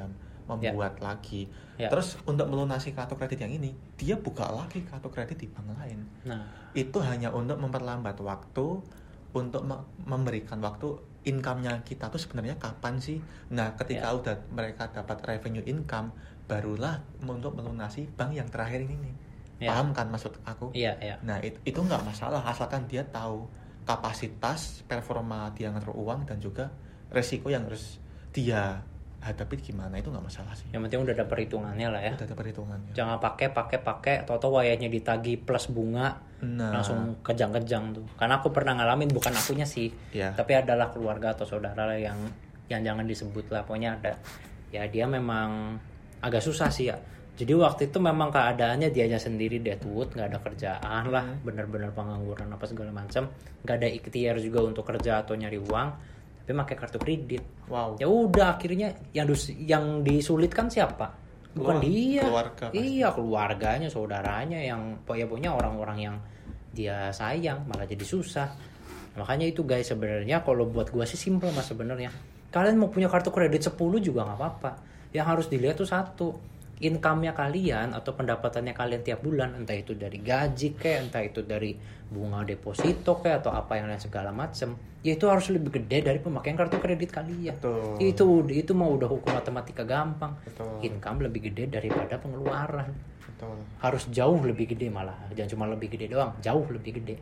membuat yeah. lagi. Yeah. Terus untuk melunasi kartu kredit yang ini, dia buka lagi kartu kredit di bank lain. Nah, itu hanya untuk memperlambat waktu, untuk me- memberikan waktu income-nya kita tuh sebenarnya kapan sih? Nah, ketika yeah. udah mereka dapat revenue income, barulah untuk melunasi bank yang terakhir ini nih. Yeah. Paham kan maksud aku? Iya, yeah, yeah. Nah, itu itu nggak masalah asalkan dia tahu kapasitas, performa dia ngatur uang dan juga resiko yang harus dia hadapi gimana, itu nggak masalah sih. Yang penting udah ada perhitungannya lah ya. Udah ada perhitungannya. Jangan pakai pakai pakai atau wayanya ditagi plus bunga, nah. langsung kejang-kejang tuh. Karena aku pernah ngalamin, bukan akunya sih, yeah. tapi adalah keluarga atau saudara yang yang jangan disebut lah, pokoknya ada. Ya dia memang agak susah sih ya. Jadi waktu itu memang keadaannya dianya sendiri deadwood, nggak ada kerjaan lah, hmm. benar-benar pengangguran apa segala macam, nggak ada ikhtiar juga untuk kerja atau nyari uang, tapi pakai kartu kredit. Wow. Ya udah akhirnya yang dus- yang disulitkan siapa? Bukan oh, dia. Keluarga. Iya keluarganya, saudaranya yang ya punya orang-orang yang dia sayang malah jadi susah. Makanya itu guys sebenarnya kalau buat gua sih simple mas sebenarnya. Kalian mau punya kartu kredit sepuluh juga nggak apa-apa. Yang harus dilihat tuh satu. Income-nya kalian atau pendapatannya kalian tiap bulan, entah itu dari gaji kayak, entah itu dari bunga deposito kayak, atau apa yang lain segala macam, ya itu harus lebih gede dari pemakaian kartu kredit kalian. Betul. Itu itu mau udah hukum matematika gampang. Betul. Income lebih gede daripada pengeluaran. Betul. Harus jauh lebih gede malah, jangan cuma lebih gede doang, jauh lebih gede.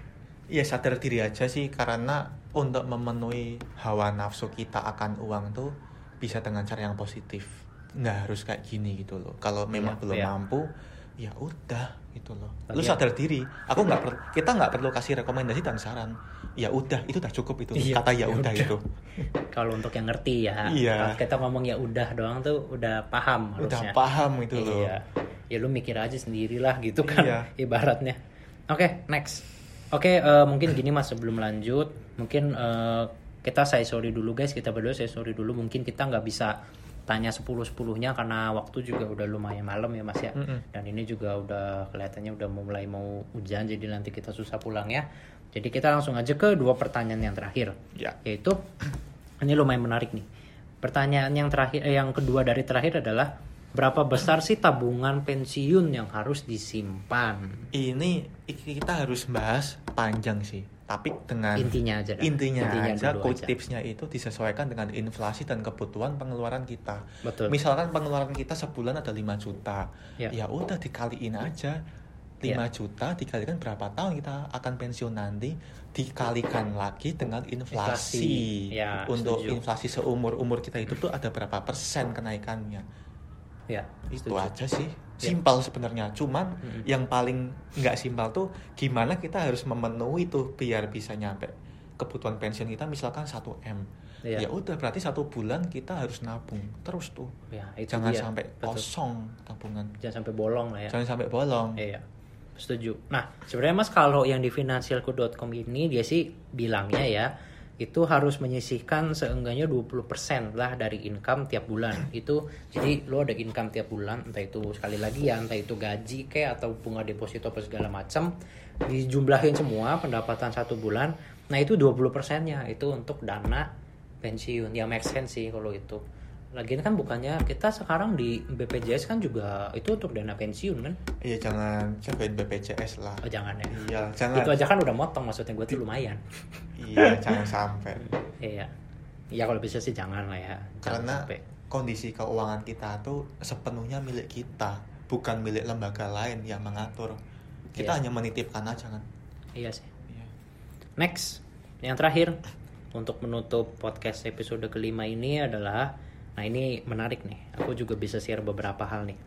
Iya sadar diri aja sih, karena untuk memenuhi hawa nafsu kita akan uang tuh bisa dengan cara yang positif. Nggak harus kayak gini gitu loh. Kalau memang ya, belum ya. mampu, ya udah gitu loh. Lu ya. sadar diri. Aku nggak perlu, kita nggak perlu kasih rekomendasi dan saran. Ya udah, itu udah cukup itu. Ya, kata ya, ya udah itu. Kalau untuk yang ngerti ya. Iya. Kalau kita ngomong ya udah doang tuh udah paham harusnya. Udah paham itu iya. loh. Ya lu mikir aja sendirilah gitu kan. Iya. Ibaratnya. Oke, okay, next. Oke, okay, uh, mungkin gini mas sebelum lanjut, mungkin uh, kita say sorry dulu guys, kita berdua say sorry dulu. Mungkin kita nggak bisa tanya sepuluh-sepuluhnya karena waktu juga udah lumayan malam ya mas ya. Mm-hmm. Dan ini juga udah kelihatannya udah mulai mau hujan, jadi nanti kita susah pulang ya. Jadi kita langsung aja ke dua pertanyaan yang terakhir. Yeah. Yaitu ini lumayan menarik nih. Pertanyaan yang terakhir eh, yang kedua dari terakhir adalah berapa besar sih tabungan pensiun yang harus disimpan? Ini kita harus bahas panjang sih. Tapi dengan intinya aja dah. intinya, intinya aja quick aja. Tipsnya itu disesuaikan dengan inflasi dan kebutuhan pengeluaran kita. Betul. Misalkan pengeluaran kita sebulan ada lima juta, ya, ya udah dikaliin aja lima ya. juta dikalikan berapa tahun kita akan pensiun nanti, dikalikan lagi dengan inflasi, inflasi. Ya, untuk setuju. Inflasi seumur umur kita itu tuh ada berapa persen kenaikannya. Ya, itu setuju. Aja sih. Simpel sebenarnya, cuman hmm. yang paling nggak simpel tuh gimana kita harus memenuhi tuh biar bisa nyampe kebutuhan pensiun kita misalkan satu M. Ya udah berarti satu bulan kita harus nabung terus tuh. Ya, itu jangan dia. sampai Betul. kosong tabungan. Jangan sampai bolong lah ya. Jangan sampai bolong. Iya. Setuju. Nah, sebenarnya Mas kalau yang di finansialku dot com ini dia sih bilangnya ya itu harus menyisihkan seenggaknya dua puluh persen lah dari income tiap bulan. Itu jadi lo ada income tiap bulan, entah itu sekali lagi ya, entah itu gaji kayak atau bunga deposito apa segala macam, dijumlahin semua pendapatan satu bulan. Nah, itu dua puluh persennya itu untuk dana pensiun. Ya make sense sih kalau itu. Lagian kan bukannya kita sekarang di B P J S kan juga itu untuk dana pensiun kan? Iya, jangan cobain B P J S lah. Oh, jangan ya. Iya, jangan. Itu aja kan udah motong, maksudnya gue tuh lumayan. Iya, jangan sampai. Iya. Ya kalau bisa sih jangan lah ya. Jangan Karena sampai. Kondisi keuangan kita tuh sepenuhnya milik kita, bukan milik lembaga lain yang mengatur. Kita iya. hanya menitipkan aja kan. Iya sih. Iya. Next, yang terakhir untuk menutup podcast episode kelima ini adalah, nah ini menarik nih, aku juga bisa share beberapa hal nih.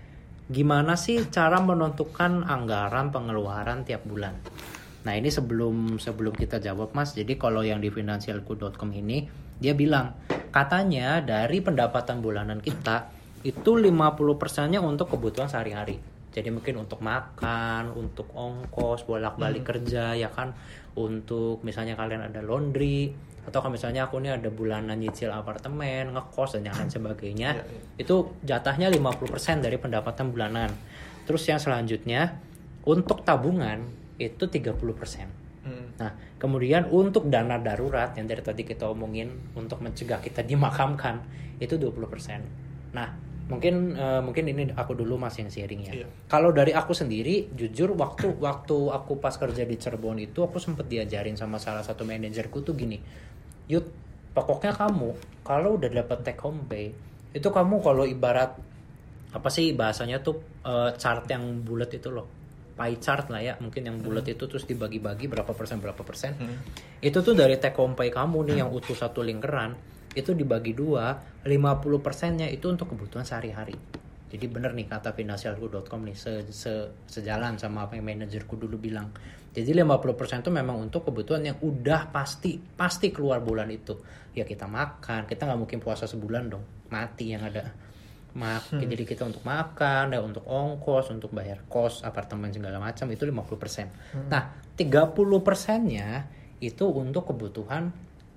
Gimana sih cara menentukan anggaran pengeluaran tiap bulan? Nah ini sebelum sebelum kita jawab Mas, jadi kalau yang di finansialku dot com ini dia bilang katanya dari pendapatan bulanan kita itu lima puluh persennya untuk kebutuhan sehari-hari. Jadi mungkin untuk makan, untuk ongkos, bolak-balik hmm. kerja ya kan, untuk misalnya kalian ada laundry, atau kalau misalnya aku nih ada bulanan nyicil apartemen, ngekos dan yang lain sebagainya, ya, ya. Itu jatahnya lima puluh persen dari pendapatan bulanan. Terus yang selanjutnya untuk tabungan itu tiga puluh persen. Hmm. Nah, kemudian untuk dana darurat yang dari tadi kita omongin untuk mencegah kita dimakamkan itu dua puluh persen. Nah, mungkin uh, mungkin ini aku dulu masih yang sharing ya. Iya. Kalau dari aku sendiri, jujur waktu waktu aku pas kerja di Cirebon itu aku sempet diajarin sama salah satu manajerku tuh gini, Yud, pokoknya kamu kalau udah dapat take home pay itu kamu kalau ibarat apa sih bahasanya tuh uh, chart yang bulat itu loh, pie chart lah ya, mungkin yang bulat hmm. itu terus dibagi-bagi berapa persen berapa persen. Hmm. Itu tuh dari take home pay kamu nih yang utuh satu lingkaran itu dibagi dua, lima puluh persennya itu untuk kebutuhan sehari-hari. Jadi bener nih kata finansialku dot com nih se, se, sejalan sama apa yang manajerku dulu bilang. Jadi lima puluh persen itu memang untuk kebutuhan yang udah pasti pasti keluar bulan itu. Ya kita makan, kita nggak mungkin puasa sebulan dong, mati yang ada. Mak, hmm. Jadi kita untuk makan, ya untuk ongkos, untuk bayar kos, apartemen segala macam itu lima puluh persen. Hmm. Nah, tiga puluh persennya itu untuk kebutuhan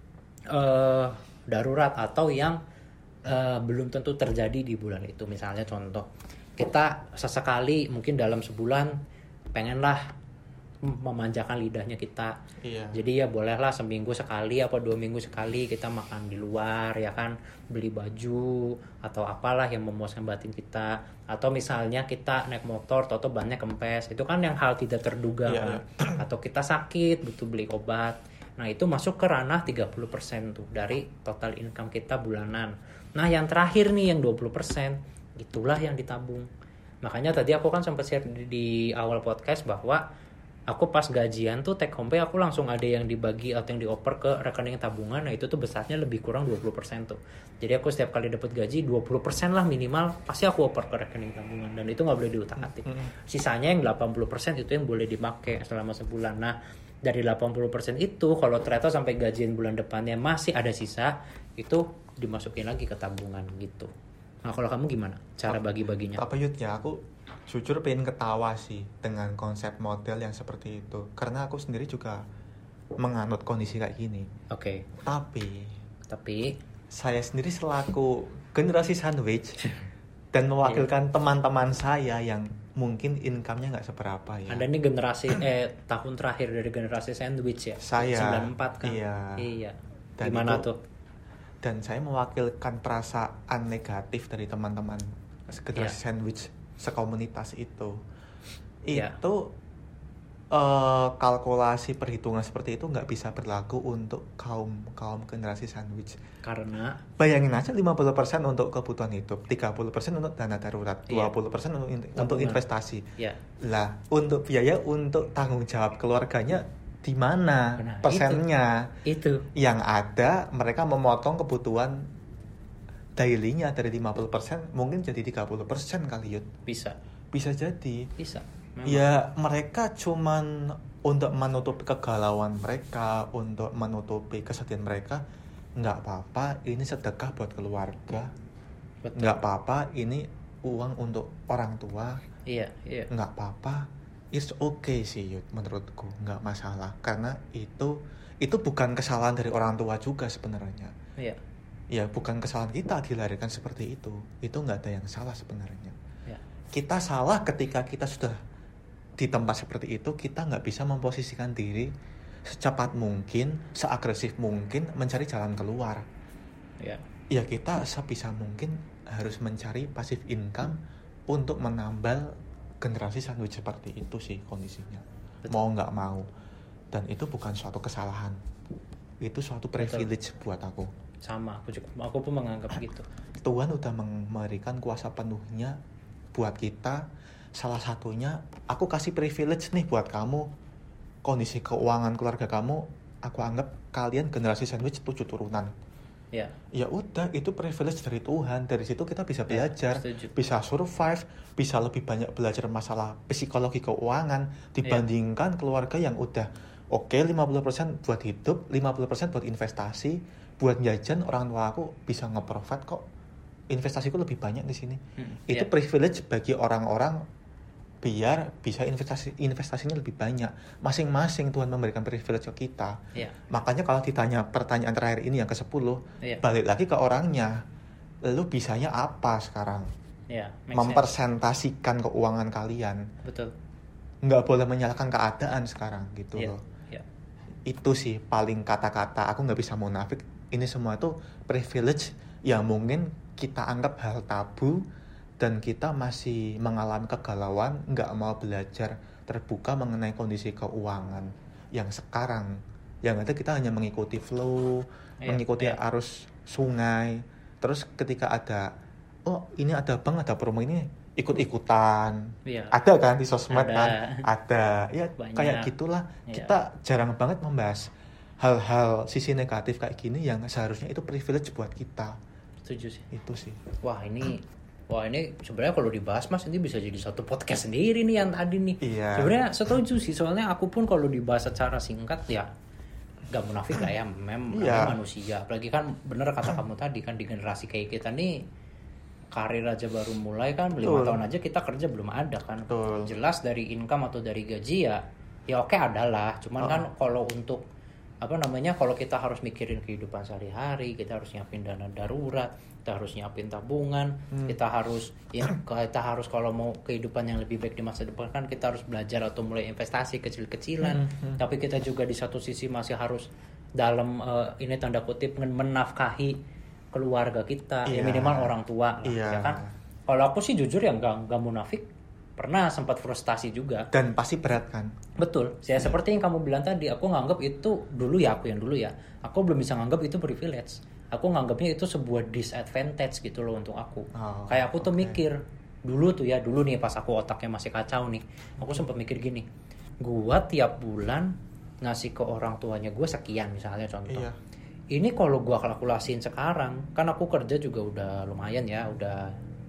uh, darurat atau yang uh, belum tentu terjadi di bulan itu. Misalnya contoh, kita sesekali mungkin dalam sebulan pengenlah memanjakan lidahnya kita. Iya. Jadi ya bolehlah seminggu sekali apa dua minggu sekali kita makan di luar ya kan, beli baju atau apalah yang memuaskan batin kita. Atau misalnya kita naik motor atau bannya kempes, itu kan yang hal tidak terduga iya, kan. Iya. Atau kita sakit butuh beli obat. Nah itu masuk ke ranah tiga puluh persen tuh dari total income kita bulanan. Nah yang terakhir nih yang dua puluh persen itulah yang ditabung. Makanya tadi aku kan sempat share di, di awal podcast bahwa aku pas gajian tuh take home pay aku langsung ada yang dibagi atau yang dioper ke rekening tabungan. Nah itu tuh besarnya lebih kurang dua puluh persen tuh. Jadi aku setiap kali dapat gaji dua puluh persen lah minimal pasti aku oper ke rekening tabungan. Dan itu gak boleh diutak-atik. Sisanya yang delapan puluh persen itu yang boleh dipakai selama sebulan. Nah dari delapan puluh persen itu kalau ternyata sampai gajian bulan depannya masih ada sisa, itu dimasukin lagi ke tabungan gitu. Nah kalau kamu gimana cara bagi-baginya? Apa Yud ya, aku jujur pengen ketawa sih dengan konsep model yang seperti itu, karena aku sendiri juga menganut kondisi kayak gini. Oke. Okay. Tapi tapi saya sendiri selaku generasi sandwich dan mewakilkan yeah. teman-teman saya yang mungkin income-nya nggak seberapa ya. Anda ini generasi eh tahun terakhir dari generasi sandwich ya? Saya sembilan puluh empat kan? Iya. Iya. Dan gimana itu, tuh? Dan saya mewakilkan perasaan negatif dari teman-teman generasi yeah. sandwich sekomunitas itu. Yeah. Itu uh, kalkulasi perhitungan seperti itu nggak bisa berlaku untuk kaum kaum generasi sandwich. Karena bayangin aja lima puluh persen untuk kebutuhan hidup, tiga puluh persen untuk dana darurat, dua puluh persen untuk in- untuk investasi. Yeah. Lah, untuk biaya untuk tanggung jawab keluarganya di mana persennya? Itu. Itu. Yang ada mereka memotong kebutuhan daily-nya dari lima puluh persen mungkin jadi tiga puluh persen kali Yud. Bisa. Bisa jadi. Bisa. Memang. Ya, mereka cuman untuk menutupi kegalauan mereka, untuk menutupi kesedihan mereka. Nggak apa-apa, ini sedekah buat keluarga. Betul. Nggak apa-apa, ini uang untuk orang tua. Iya, iya. Nggak apa-apa, it's okay sih Yud, menurutku nggak masalah, karena itu itu bukan kesalahan dari orang tua juga sebenarnya. Iya. Ya bukan kesalahan kita dilahirkan seperti itu, itu nggak ada yang salah sebenarnya. Iya. Kita salah ketika kita sudah di tempat seperti itu, kita nggak bisa memposisikan diri secepat mungkin, seagresif mungkin mencari jalan keluar. Ya. Ya kita sebisa mungkin harus mencari passive income untuk menambal generasi sandwich seperti itu sih kondisinya. Betul. Mau nggak mau. Dan itu bukan suatu kesalahan. Itu suatu privilege. Betul. Buat aku. Sama, aku juga, aku pun menganggap gitu. Tuhan udah memberikan kuasa penuhnya buat kita. Salah satunya, aku kasih privilege nih buat kamu. Kondisi keuangan keluarga kamu, aku anggap kalian generasi sandwich tujuh turunan. Ya. Ya udah, itu privilege dari Tuhan. Dari situ kita bisa belajar, ya, bisa survive, bisa lebih banyak belajar masalah psikologi keuangan dibandingkan ya. Keluarga yang udah oke okay, lima puluh persen buat hidup, lima puluh persen buat investasi, buat jajan. Orang tua aku bisa nge-provide kok. Investasiku lebih banyak di sini. Hmm, itu ya. Privilege bagi orang-orang biar bisa investasi investasinya lebih banyak. Masing-masing Tuhan memberikan privilege ke kita. Yeah. Makanya kalau ditanya pertanyaan terakhir ini yang kesepuluh, yeah. balik lagi ke orangnya. Lu bisanya apa sekarang? Yeah, mempresentasikan keuangan kalian. Betul. Nggak boleh menyalahkan keadaan sekarang gitu yeah. loh. Yeah. Itu sih paling kata-kata. Aku nggak bisa munafik. Ini semua tuh privilege yang mungkin kita anggap hal tabu dan kita masih mengalami kegalauan, nggak mau belajar terbuka mengenai kondisi keuangan yang sekarang. Yang ada kita hanya mengikuti flow, yeah, mengikuti yeah. arus sungai. Terus ketika ada, oh ini ada bank, ada promo ini, ikut-ikutan. Yeah. Ada kan di sosmed ada. kan? Ada. Ya banyak. Kayak gitulah. Yeah. Kita jarang banget membahas hal-hal sisi negatif kayak gini yang seharusnya itu privilege buat kita. Setuju sih. Itu sih. Wah ini, wah ini sebenarnya kalau dibahas Mas ini bisa jadi satu podcast sendiri nih yang tadi nih. Iya. Sebenarnya setuju sih, soalnya aku pun kalau dibahas secara singkat ya gak munafik lah ya, memang iya. manusia. Apalagi kan bener kata kamu tadi kan, di generasi kayak kita nih karir aja baru mulai kan, lima tahun aja kita kerja belum ada kan. Betul. Jelas dari income atau dari gaji ya, ya oke adalah. Cuman oh. kan kalau untuk apa namanya, kalau kita harus mikirin kehidupan sehari-hari, kita harus nyiapin dana darurat, kita harus nyiapin tabungan, hmm. kita harus ya kita harus kalau mau kehidupan yang lebih baik di masa depan kan kita harus belajar atau mulai investasi kecil-kecilan. Hmm. Hmm. Tapi kita juga di satu sisi masih harus dalam uh, ini tanda kutip menafkahi keluarga kita, yeah. ya minimal orang tua lah, yeah. ya kan. Kalau aku sih jujur ya nggak nggak munafik, pernah sempat frustasi juga. Dan pasti berat kan? Betul. Saya hmm. seperti yang kamu bilang tadi, aku nganggap itu dulu ya, aku yang dulu ya. Aku belum bisa nganggap itu privilege. Aku nganggapnya itu sebuah disadvantage gitu loh untuk aku. Oh, Kayak aku tuh okay. mikir, dulu tuh ya, dulu nih pas aku otaknya masih kacau nih. Aku sempat mikir gini, gua tiap bulan ngasih ke orang tuanya gua sekian misalnya contoh. Iya. Ini kalau gua kalkulasiin sekarang, kan aku kerja juga udah lumayan ya, udah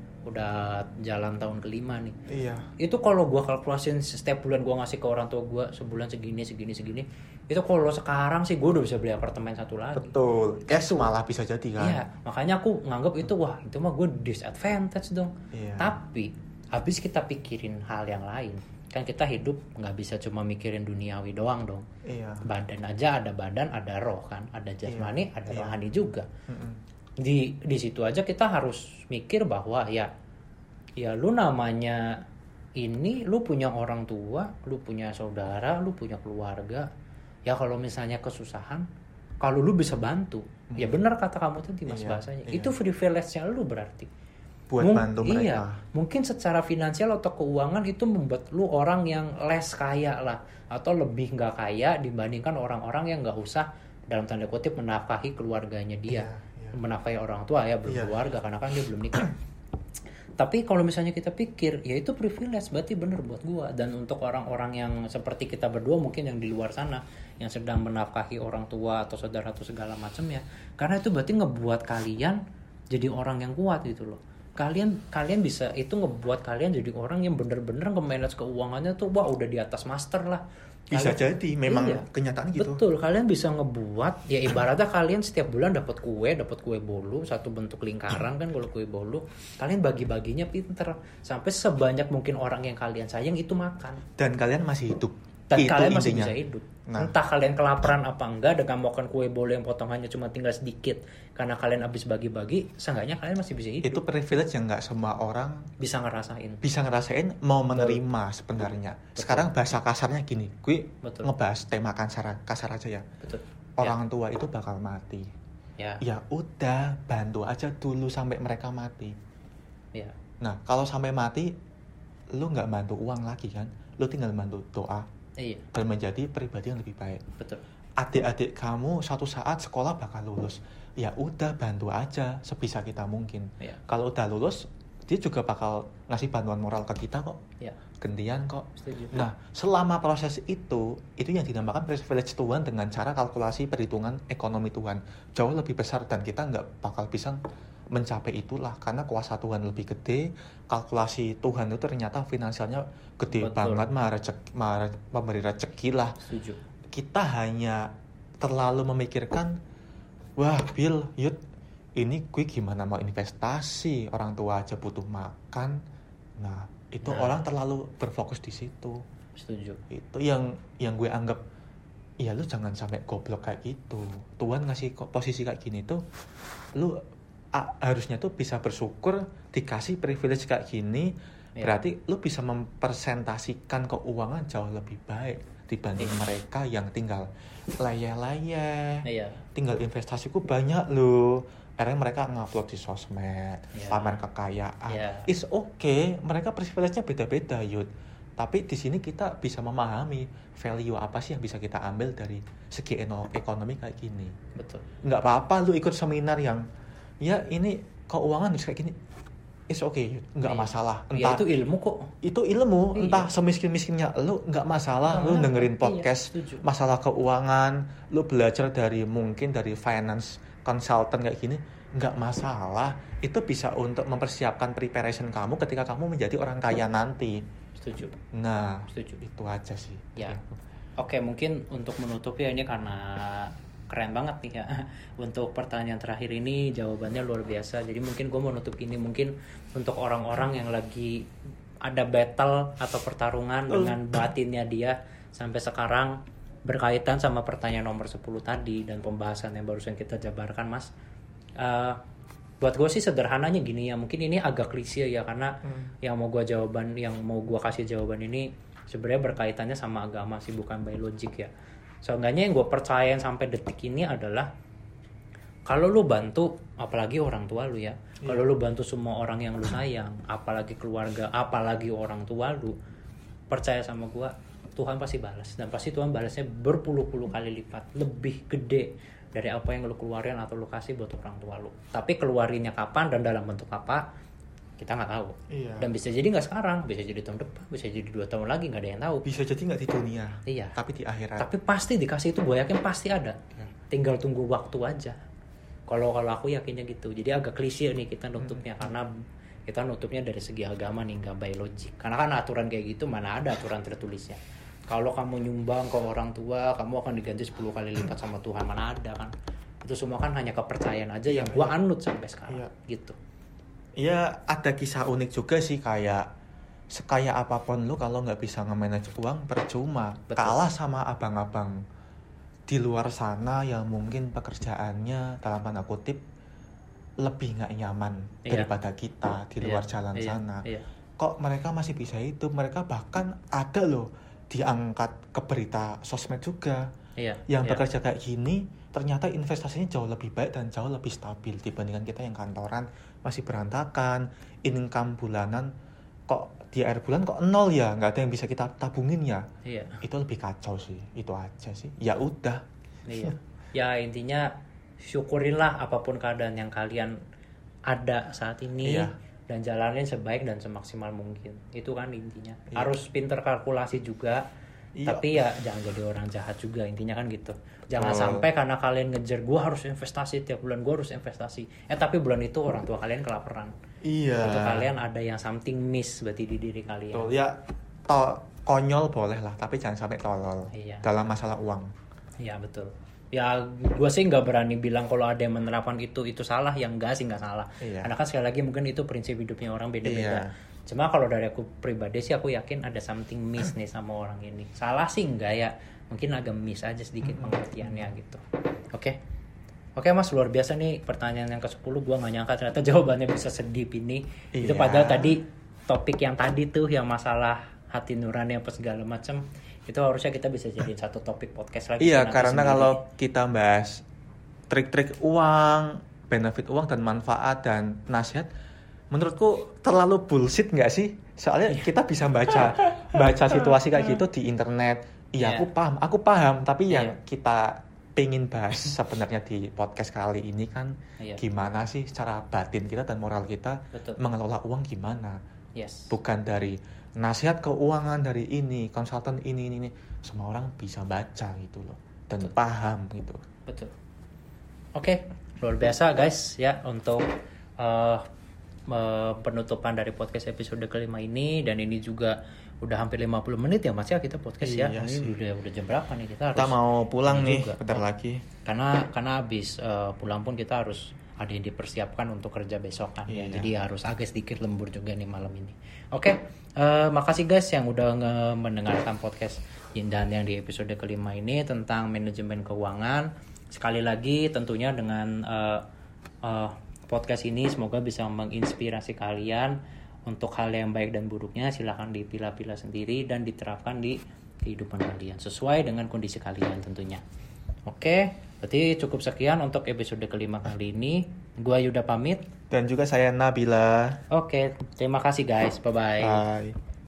udah jalan tahun kelima nih. Iya. Itu kalau gue kalkulasiin setiap bulan gue ngasih ke orang tua gue sebulan segini segini segini, itu kalau sekarang sih gue udah bisa beli apartemen satu lagi. Betul. Cash malah bisa jadi kan. Iya. Makanya aku nganggap itu wah itu mah gue disadvantage dong. Iya. Tapi habis kita pikirin hal yang lain, kan kita hidup nggak bisa cuma mikirin duniawi doang dong. Iya. Badan aja ada badan, ada roh kan, ada jasmani, iya. ada iya. rohani juga. Mm-mm. di di situ aja kita harus mikir bahwa ya ya lu namanya ini lu punya orang tua, lu punya saudara, lu punya keluarga. Ya kalau misalnya kesusahan, kalau lu bisa bantu, hmm. ya benar kata kamu tadi Mas, iya, bahasanya. Iya. Itu privilege-nya lu berarti. Buat Mung- bantu mereka. Iya, mungkin secara finansial atau keuangan itu membuat lu orang yang less kaya lah, atau lebih nggak kaya dibandingkan orang-orang yang nggak usah dalam tanda kutip menafkahi keluarganya dia. Iya. Menafkahi orang tua ya, belum yeah. keluarga karena kan dia belum nikah. Tapi kalau misalnya kita pikir ya itu privilege, berarti bener buat gua. Dan untuk orang-orang yang seperti kita berdua mungkin yang di luar sana yang sedang menafkahi orang tua atau saudara atau segala macam ya, karena itu berarti ngebuat kalian jadi orang yang kuat gitu loh. Kalian kalian bisa itu ngebuat kalian jadi orang yang bener-bener nge-manage keuangannya tuh wah udah di atas master lah. Bisa kalian, jadi memang iya, kenyataan gitu. Betul, kalian bisa ngebuat ya ibaratnya kalian setiap bulan dapat kue, dapat kue bolu satu bentuk lingkaran kan kalau kue bolu, kalian bagi-baginya pinter sampai sebanyak mungkin orang yang kalian sayang itu makan. Dan kalian masih hidup. Dan itu kalian masih intinya. bisa hidup. Nah. Entah kalian kelaparan apa enggak dengan makan kue bolu yang potongannya cuma tinggal sedikit karena kalian habis bagi-bagi, seenggaknya kalian masih bisa hidup. Itu privilege yang nggak semua orang bisa ngerasain. Bisa ngerasain mau menerima Betul. sebenarnya. Betul. Sekarang bahasa kasarnya gini, gue Betul. ngebahas tema kasar kasar aja ya. Betul. Orang ya. tua itu bakal mati. Ya. Ya udah, bantu aja dulu sampai mereka mati. Ya. Nah, kalau sampai mati lu nggak bantu uang lagi kan? Lu tinggal bantu doa. Iya. Dan menjadi pribadi yang lebih baik. Betul. Adik-adik kamu suatu saat sekolah bakal lulus. Ya udah bantu aja sebisa kita mungkin. Iya. Kalau udah lulus, dia juga bakal ngasih bantuan moral ke kita kok. Iya. Gantian kok. Setuju. Nah, selama proses itu, itu yang dinamakan privilege Tuhan dengan cara kalkulasi perhitungan ekonomi Tuhan jauh lebih besar dan kita nggak bakal bisa mencapai itulah karena kuasa Tuhan lebih gede, kalkulasi Tuhan itu ternyata finansialnya gede Betul. banget, mah rezeki, mah memberi rezeki lah. Setuju. Kita hanya terlalu memikirkan, wah Bill, Yud, ini gue gimana mau investasi, orang tua aja butuh makan. Nah, itu nah. orang terlalu berfokus di situ. Setuju. Itu yang yang gue anggap, ya lu jangan sampai goblok kayak gitu. Tuhan ngasih posisi kayak gini tuh, lu harusnya tuh bisa bersyukur dikasih privilege kayak gini, ya. Berarti lu bisa mempresentasikan keuangan jauh lebih baik dibanding ya. mereka yang tinggal laya-laya, ya. tinggal investasiku banyak loh, akhirnya mereka ngupload di sosmed, yeah. pamer kekayaan. Yeah. It's okay, mereka privilege-nya beda-beda, Yud. Tapi di sini kita bisa memahami value apa sih yang bisa kita ambil dari segi ekonomi kayak gini. Betul. Nggak apa-apa lu ikut seminar yang ya ini keuangan harus kayak gini. It's okay, nggak iya. masalah. Entah ya, itu ilmu kok. Itu ilmu, iya. entah semiskin-miskinnya lu nggak masalah. Nah, lu dengerin podcast iya, masalah keuangan, lu belajar dari mungkin dari finance consultant kayak gini, nggak masalah. Itu bisa untuk mempersiapkan preparation kamu ketika kamu menjadi orang kaya nanti. Setuju. Nah, setuju. Itu aja sih. Ya. Oke, mungkin untuk menutup ya ini karena keren banget nih ya. Untuk pertanyaan terakhir ini jawabannya luar biasa. Jadi mungkin gue mau nutup gini, mungkin untuk orang-orang yang lagi ada battle atau pertarungan dengan batinnya dia sampai sekarang berkaitan sama pertanyaan nomor sepuluh tadi dan pembahasan yang barusan kita jabarkan, Mas. Uh, buat gue sih sederhananya gini ya, mungkin ini agak klise ya karena hmm. yang mau gue jawaban, yang mau gue kasih jawaban ini sebenarnya berkaitannya sama agama sih, bukan biologik ya. Seenggaknya yang gue percayain sampai detik ini adalah kalau lu bantu, apalagi orang tua lu ya, yeah. kalau lu bantu semua orang yang lu sayang, apalagi keluarga, apalagi orang tua lu, percaya sama gue, Tuhan pasti balas, dan pasti Tuhan balasnya berpuluh-puluh kali lipat, lebih gede dari apa yang lu keluarin atau lu kasih buat orang tua lu. Tapi keluarinnya kapan dan dalam bentuk apa, kita nggak tahu. Iya. Dan bisa jadi nggak sekarang, bisa jadi tahun depan, bisa jadi dua tahun lagi, nggak ada yang tahu. Bisa jadi nggak di dunia, iya. tapi di akhirat. Tapi pasti dikasih itu, gue yakin pasti ada. Hmm. Tinggal tunggu waktu aja. Kalau kalau aku yakinnya gitu. Jadi agak klise nih kita nutupnya, hmm. karena kita nutupnya dari segi agama nih, nggak biologik. Karena kan aturan kayak gitu mana ada aturan tertulisnya. Kalau kamu nyumbang ke orang tua, kamu akan diganti sepuluh kali lipat sama Tuhan, mana ada kan. Itu semua kan hanya kepercayaan aja yang gue anut sampai sekarang, iya. gitu. Iya, ada kisah unik juga sih, kayak sekaya apapun lu kalau nggak bisa nge-manage uang, percuma. Betul. Kalah sama abang-abang di luar sana yang mungkin pekerjaannya dalam tanda kutip lebih nggak nyaman iya. daripada kita di luar iya. jalan iya. sana. Iya. Kok mereka masih bisa hidup? Mereka bahkan ada loh diangkat ke berita sosmed juga iya, yang iya. bekerja kayak gini, ternyata investasinya jauh lebih baik dan jauh lebih stabil dibandingkan kita yang kantoran masih berantakan, income bulanan kok di akhir bulan kok nol ya, nggak ada yang bisa kita tabungin ya. Iya. Itu lebih kacau sih, itu aja sih. Ya udah. Iya. Ya intinya syukurinlah apapun keadaan yang kalian ada saat ini. Iya. Dan jalanin sebaik dan semaksimal mungkin. Itu kan intinya. Iya. Harus pinter kalkulasi juga. Iya. Tapi ya jangan jadi orang jahat juga, intinya kan gitu. Jangan oh. sampai karena kalian ngejar gue harus investasi tiap bulan, gue harus investasi. Eh tapi bulan itu orang tua kalian kelaparan. Iya. Itu kalian ada yang something miss berarti di diri kalian. Tuh, ya to- konyol boleh lah, tapi jangan sampai tolol. Iya. Dalam masalah uang. Iya betul. Ya gue sih nggak berani bilang kalau ada yang menerapkan itu itu salah, yang enggak sih nggak salah. Iya. Karena kan sekali lagi mungkin itu prinsip hidupnya orang beda-beda. Iya. Cuma kalau dari aku pribadi sih aku yakin ada something miss nih sama orang ini. Salah sih enggak ya, mungkin agak miss aja sedikit pengertiannya gitu. Oke, oke Mas, luar biasa nih pertanyaan yang ke sepuluh. Gue nggak nyangka ternyata jawabannya bisa sedip ini. Iya. Itu padahal tadi topik yang tadi tuh yang masalah hati nurani apa segala macam, itu harusnya kita bisa jadiin satu topik podcast lagi. Iya, karena sendiri. Kalau kita bahas trik-trik uang, benefit uang dan manfaat dan nasihat, menurutku terlalu bullshit nggak sih? Soalnya kita bisa baca baca situasi kayak gitu di internet. Iya, yeah. aku paham, aku paham. Tapi yeah. yang kita pengen bahas sebenarnya di podcast kali ini kan yeah. gimana sih secara batin kita dan moral kita Betul. mengelola uang gimana? Yes. Bukan dari nasihat keuangan dari ini, konsultan ini ini ini. Semua orang bisa baca gitu loh dan Betul. paham gitu. Betul. Oke, okay. luar biasa guys ya untuk uh, penutupan dari podcast episode kelima ini, dan ini juga udah hampir lima puluh menit ya Mas ya kita podcast iya, ya. Ini sih. udah udah jam berapa nih kita harus Kita mau pulang nih juga. bentar lagi. Karena karena habis uh, pulang pun kita harus ada yang dipersiapkan untuk kerja besok kan iya. ya. Jadi harus agak sedikit lembur juga nih malam ini. Oke, okay. uh, makasih guys yang udah nge- mendengarkan podcast dan yang di episode kelima ini tentang manajemen keuangan. Sekali lagi tentunya dengan uh, uh, podcast ini semoga bisa menginspirasi kalian untuk hal yang baik dan buruknya. Silahkan dipilah-pilah sendiri dan diterapkan di kehidupan kalian sesuai dengan kondisi kalian tentunya. Oke, berarti cukup sekian untuk episode kelima kali ini. Gua Yuda pamit. Dan juga saya Nabila. Oke, terima kasih guys. Bye-bye. Bye.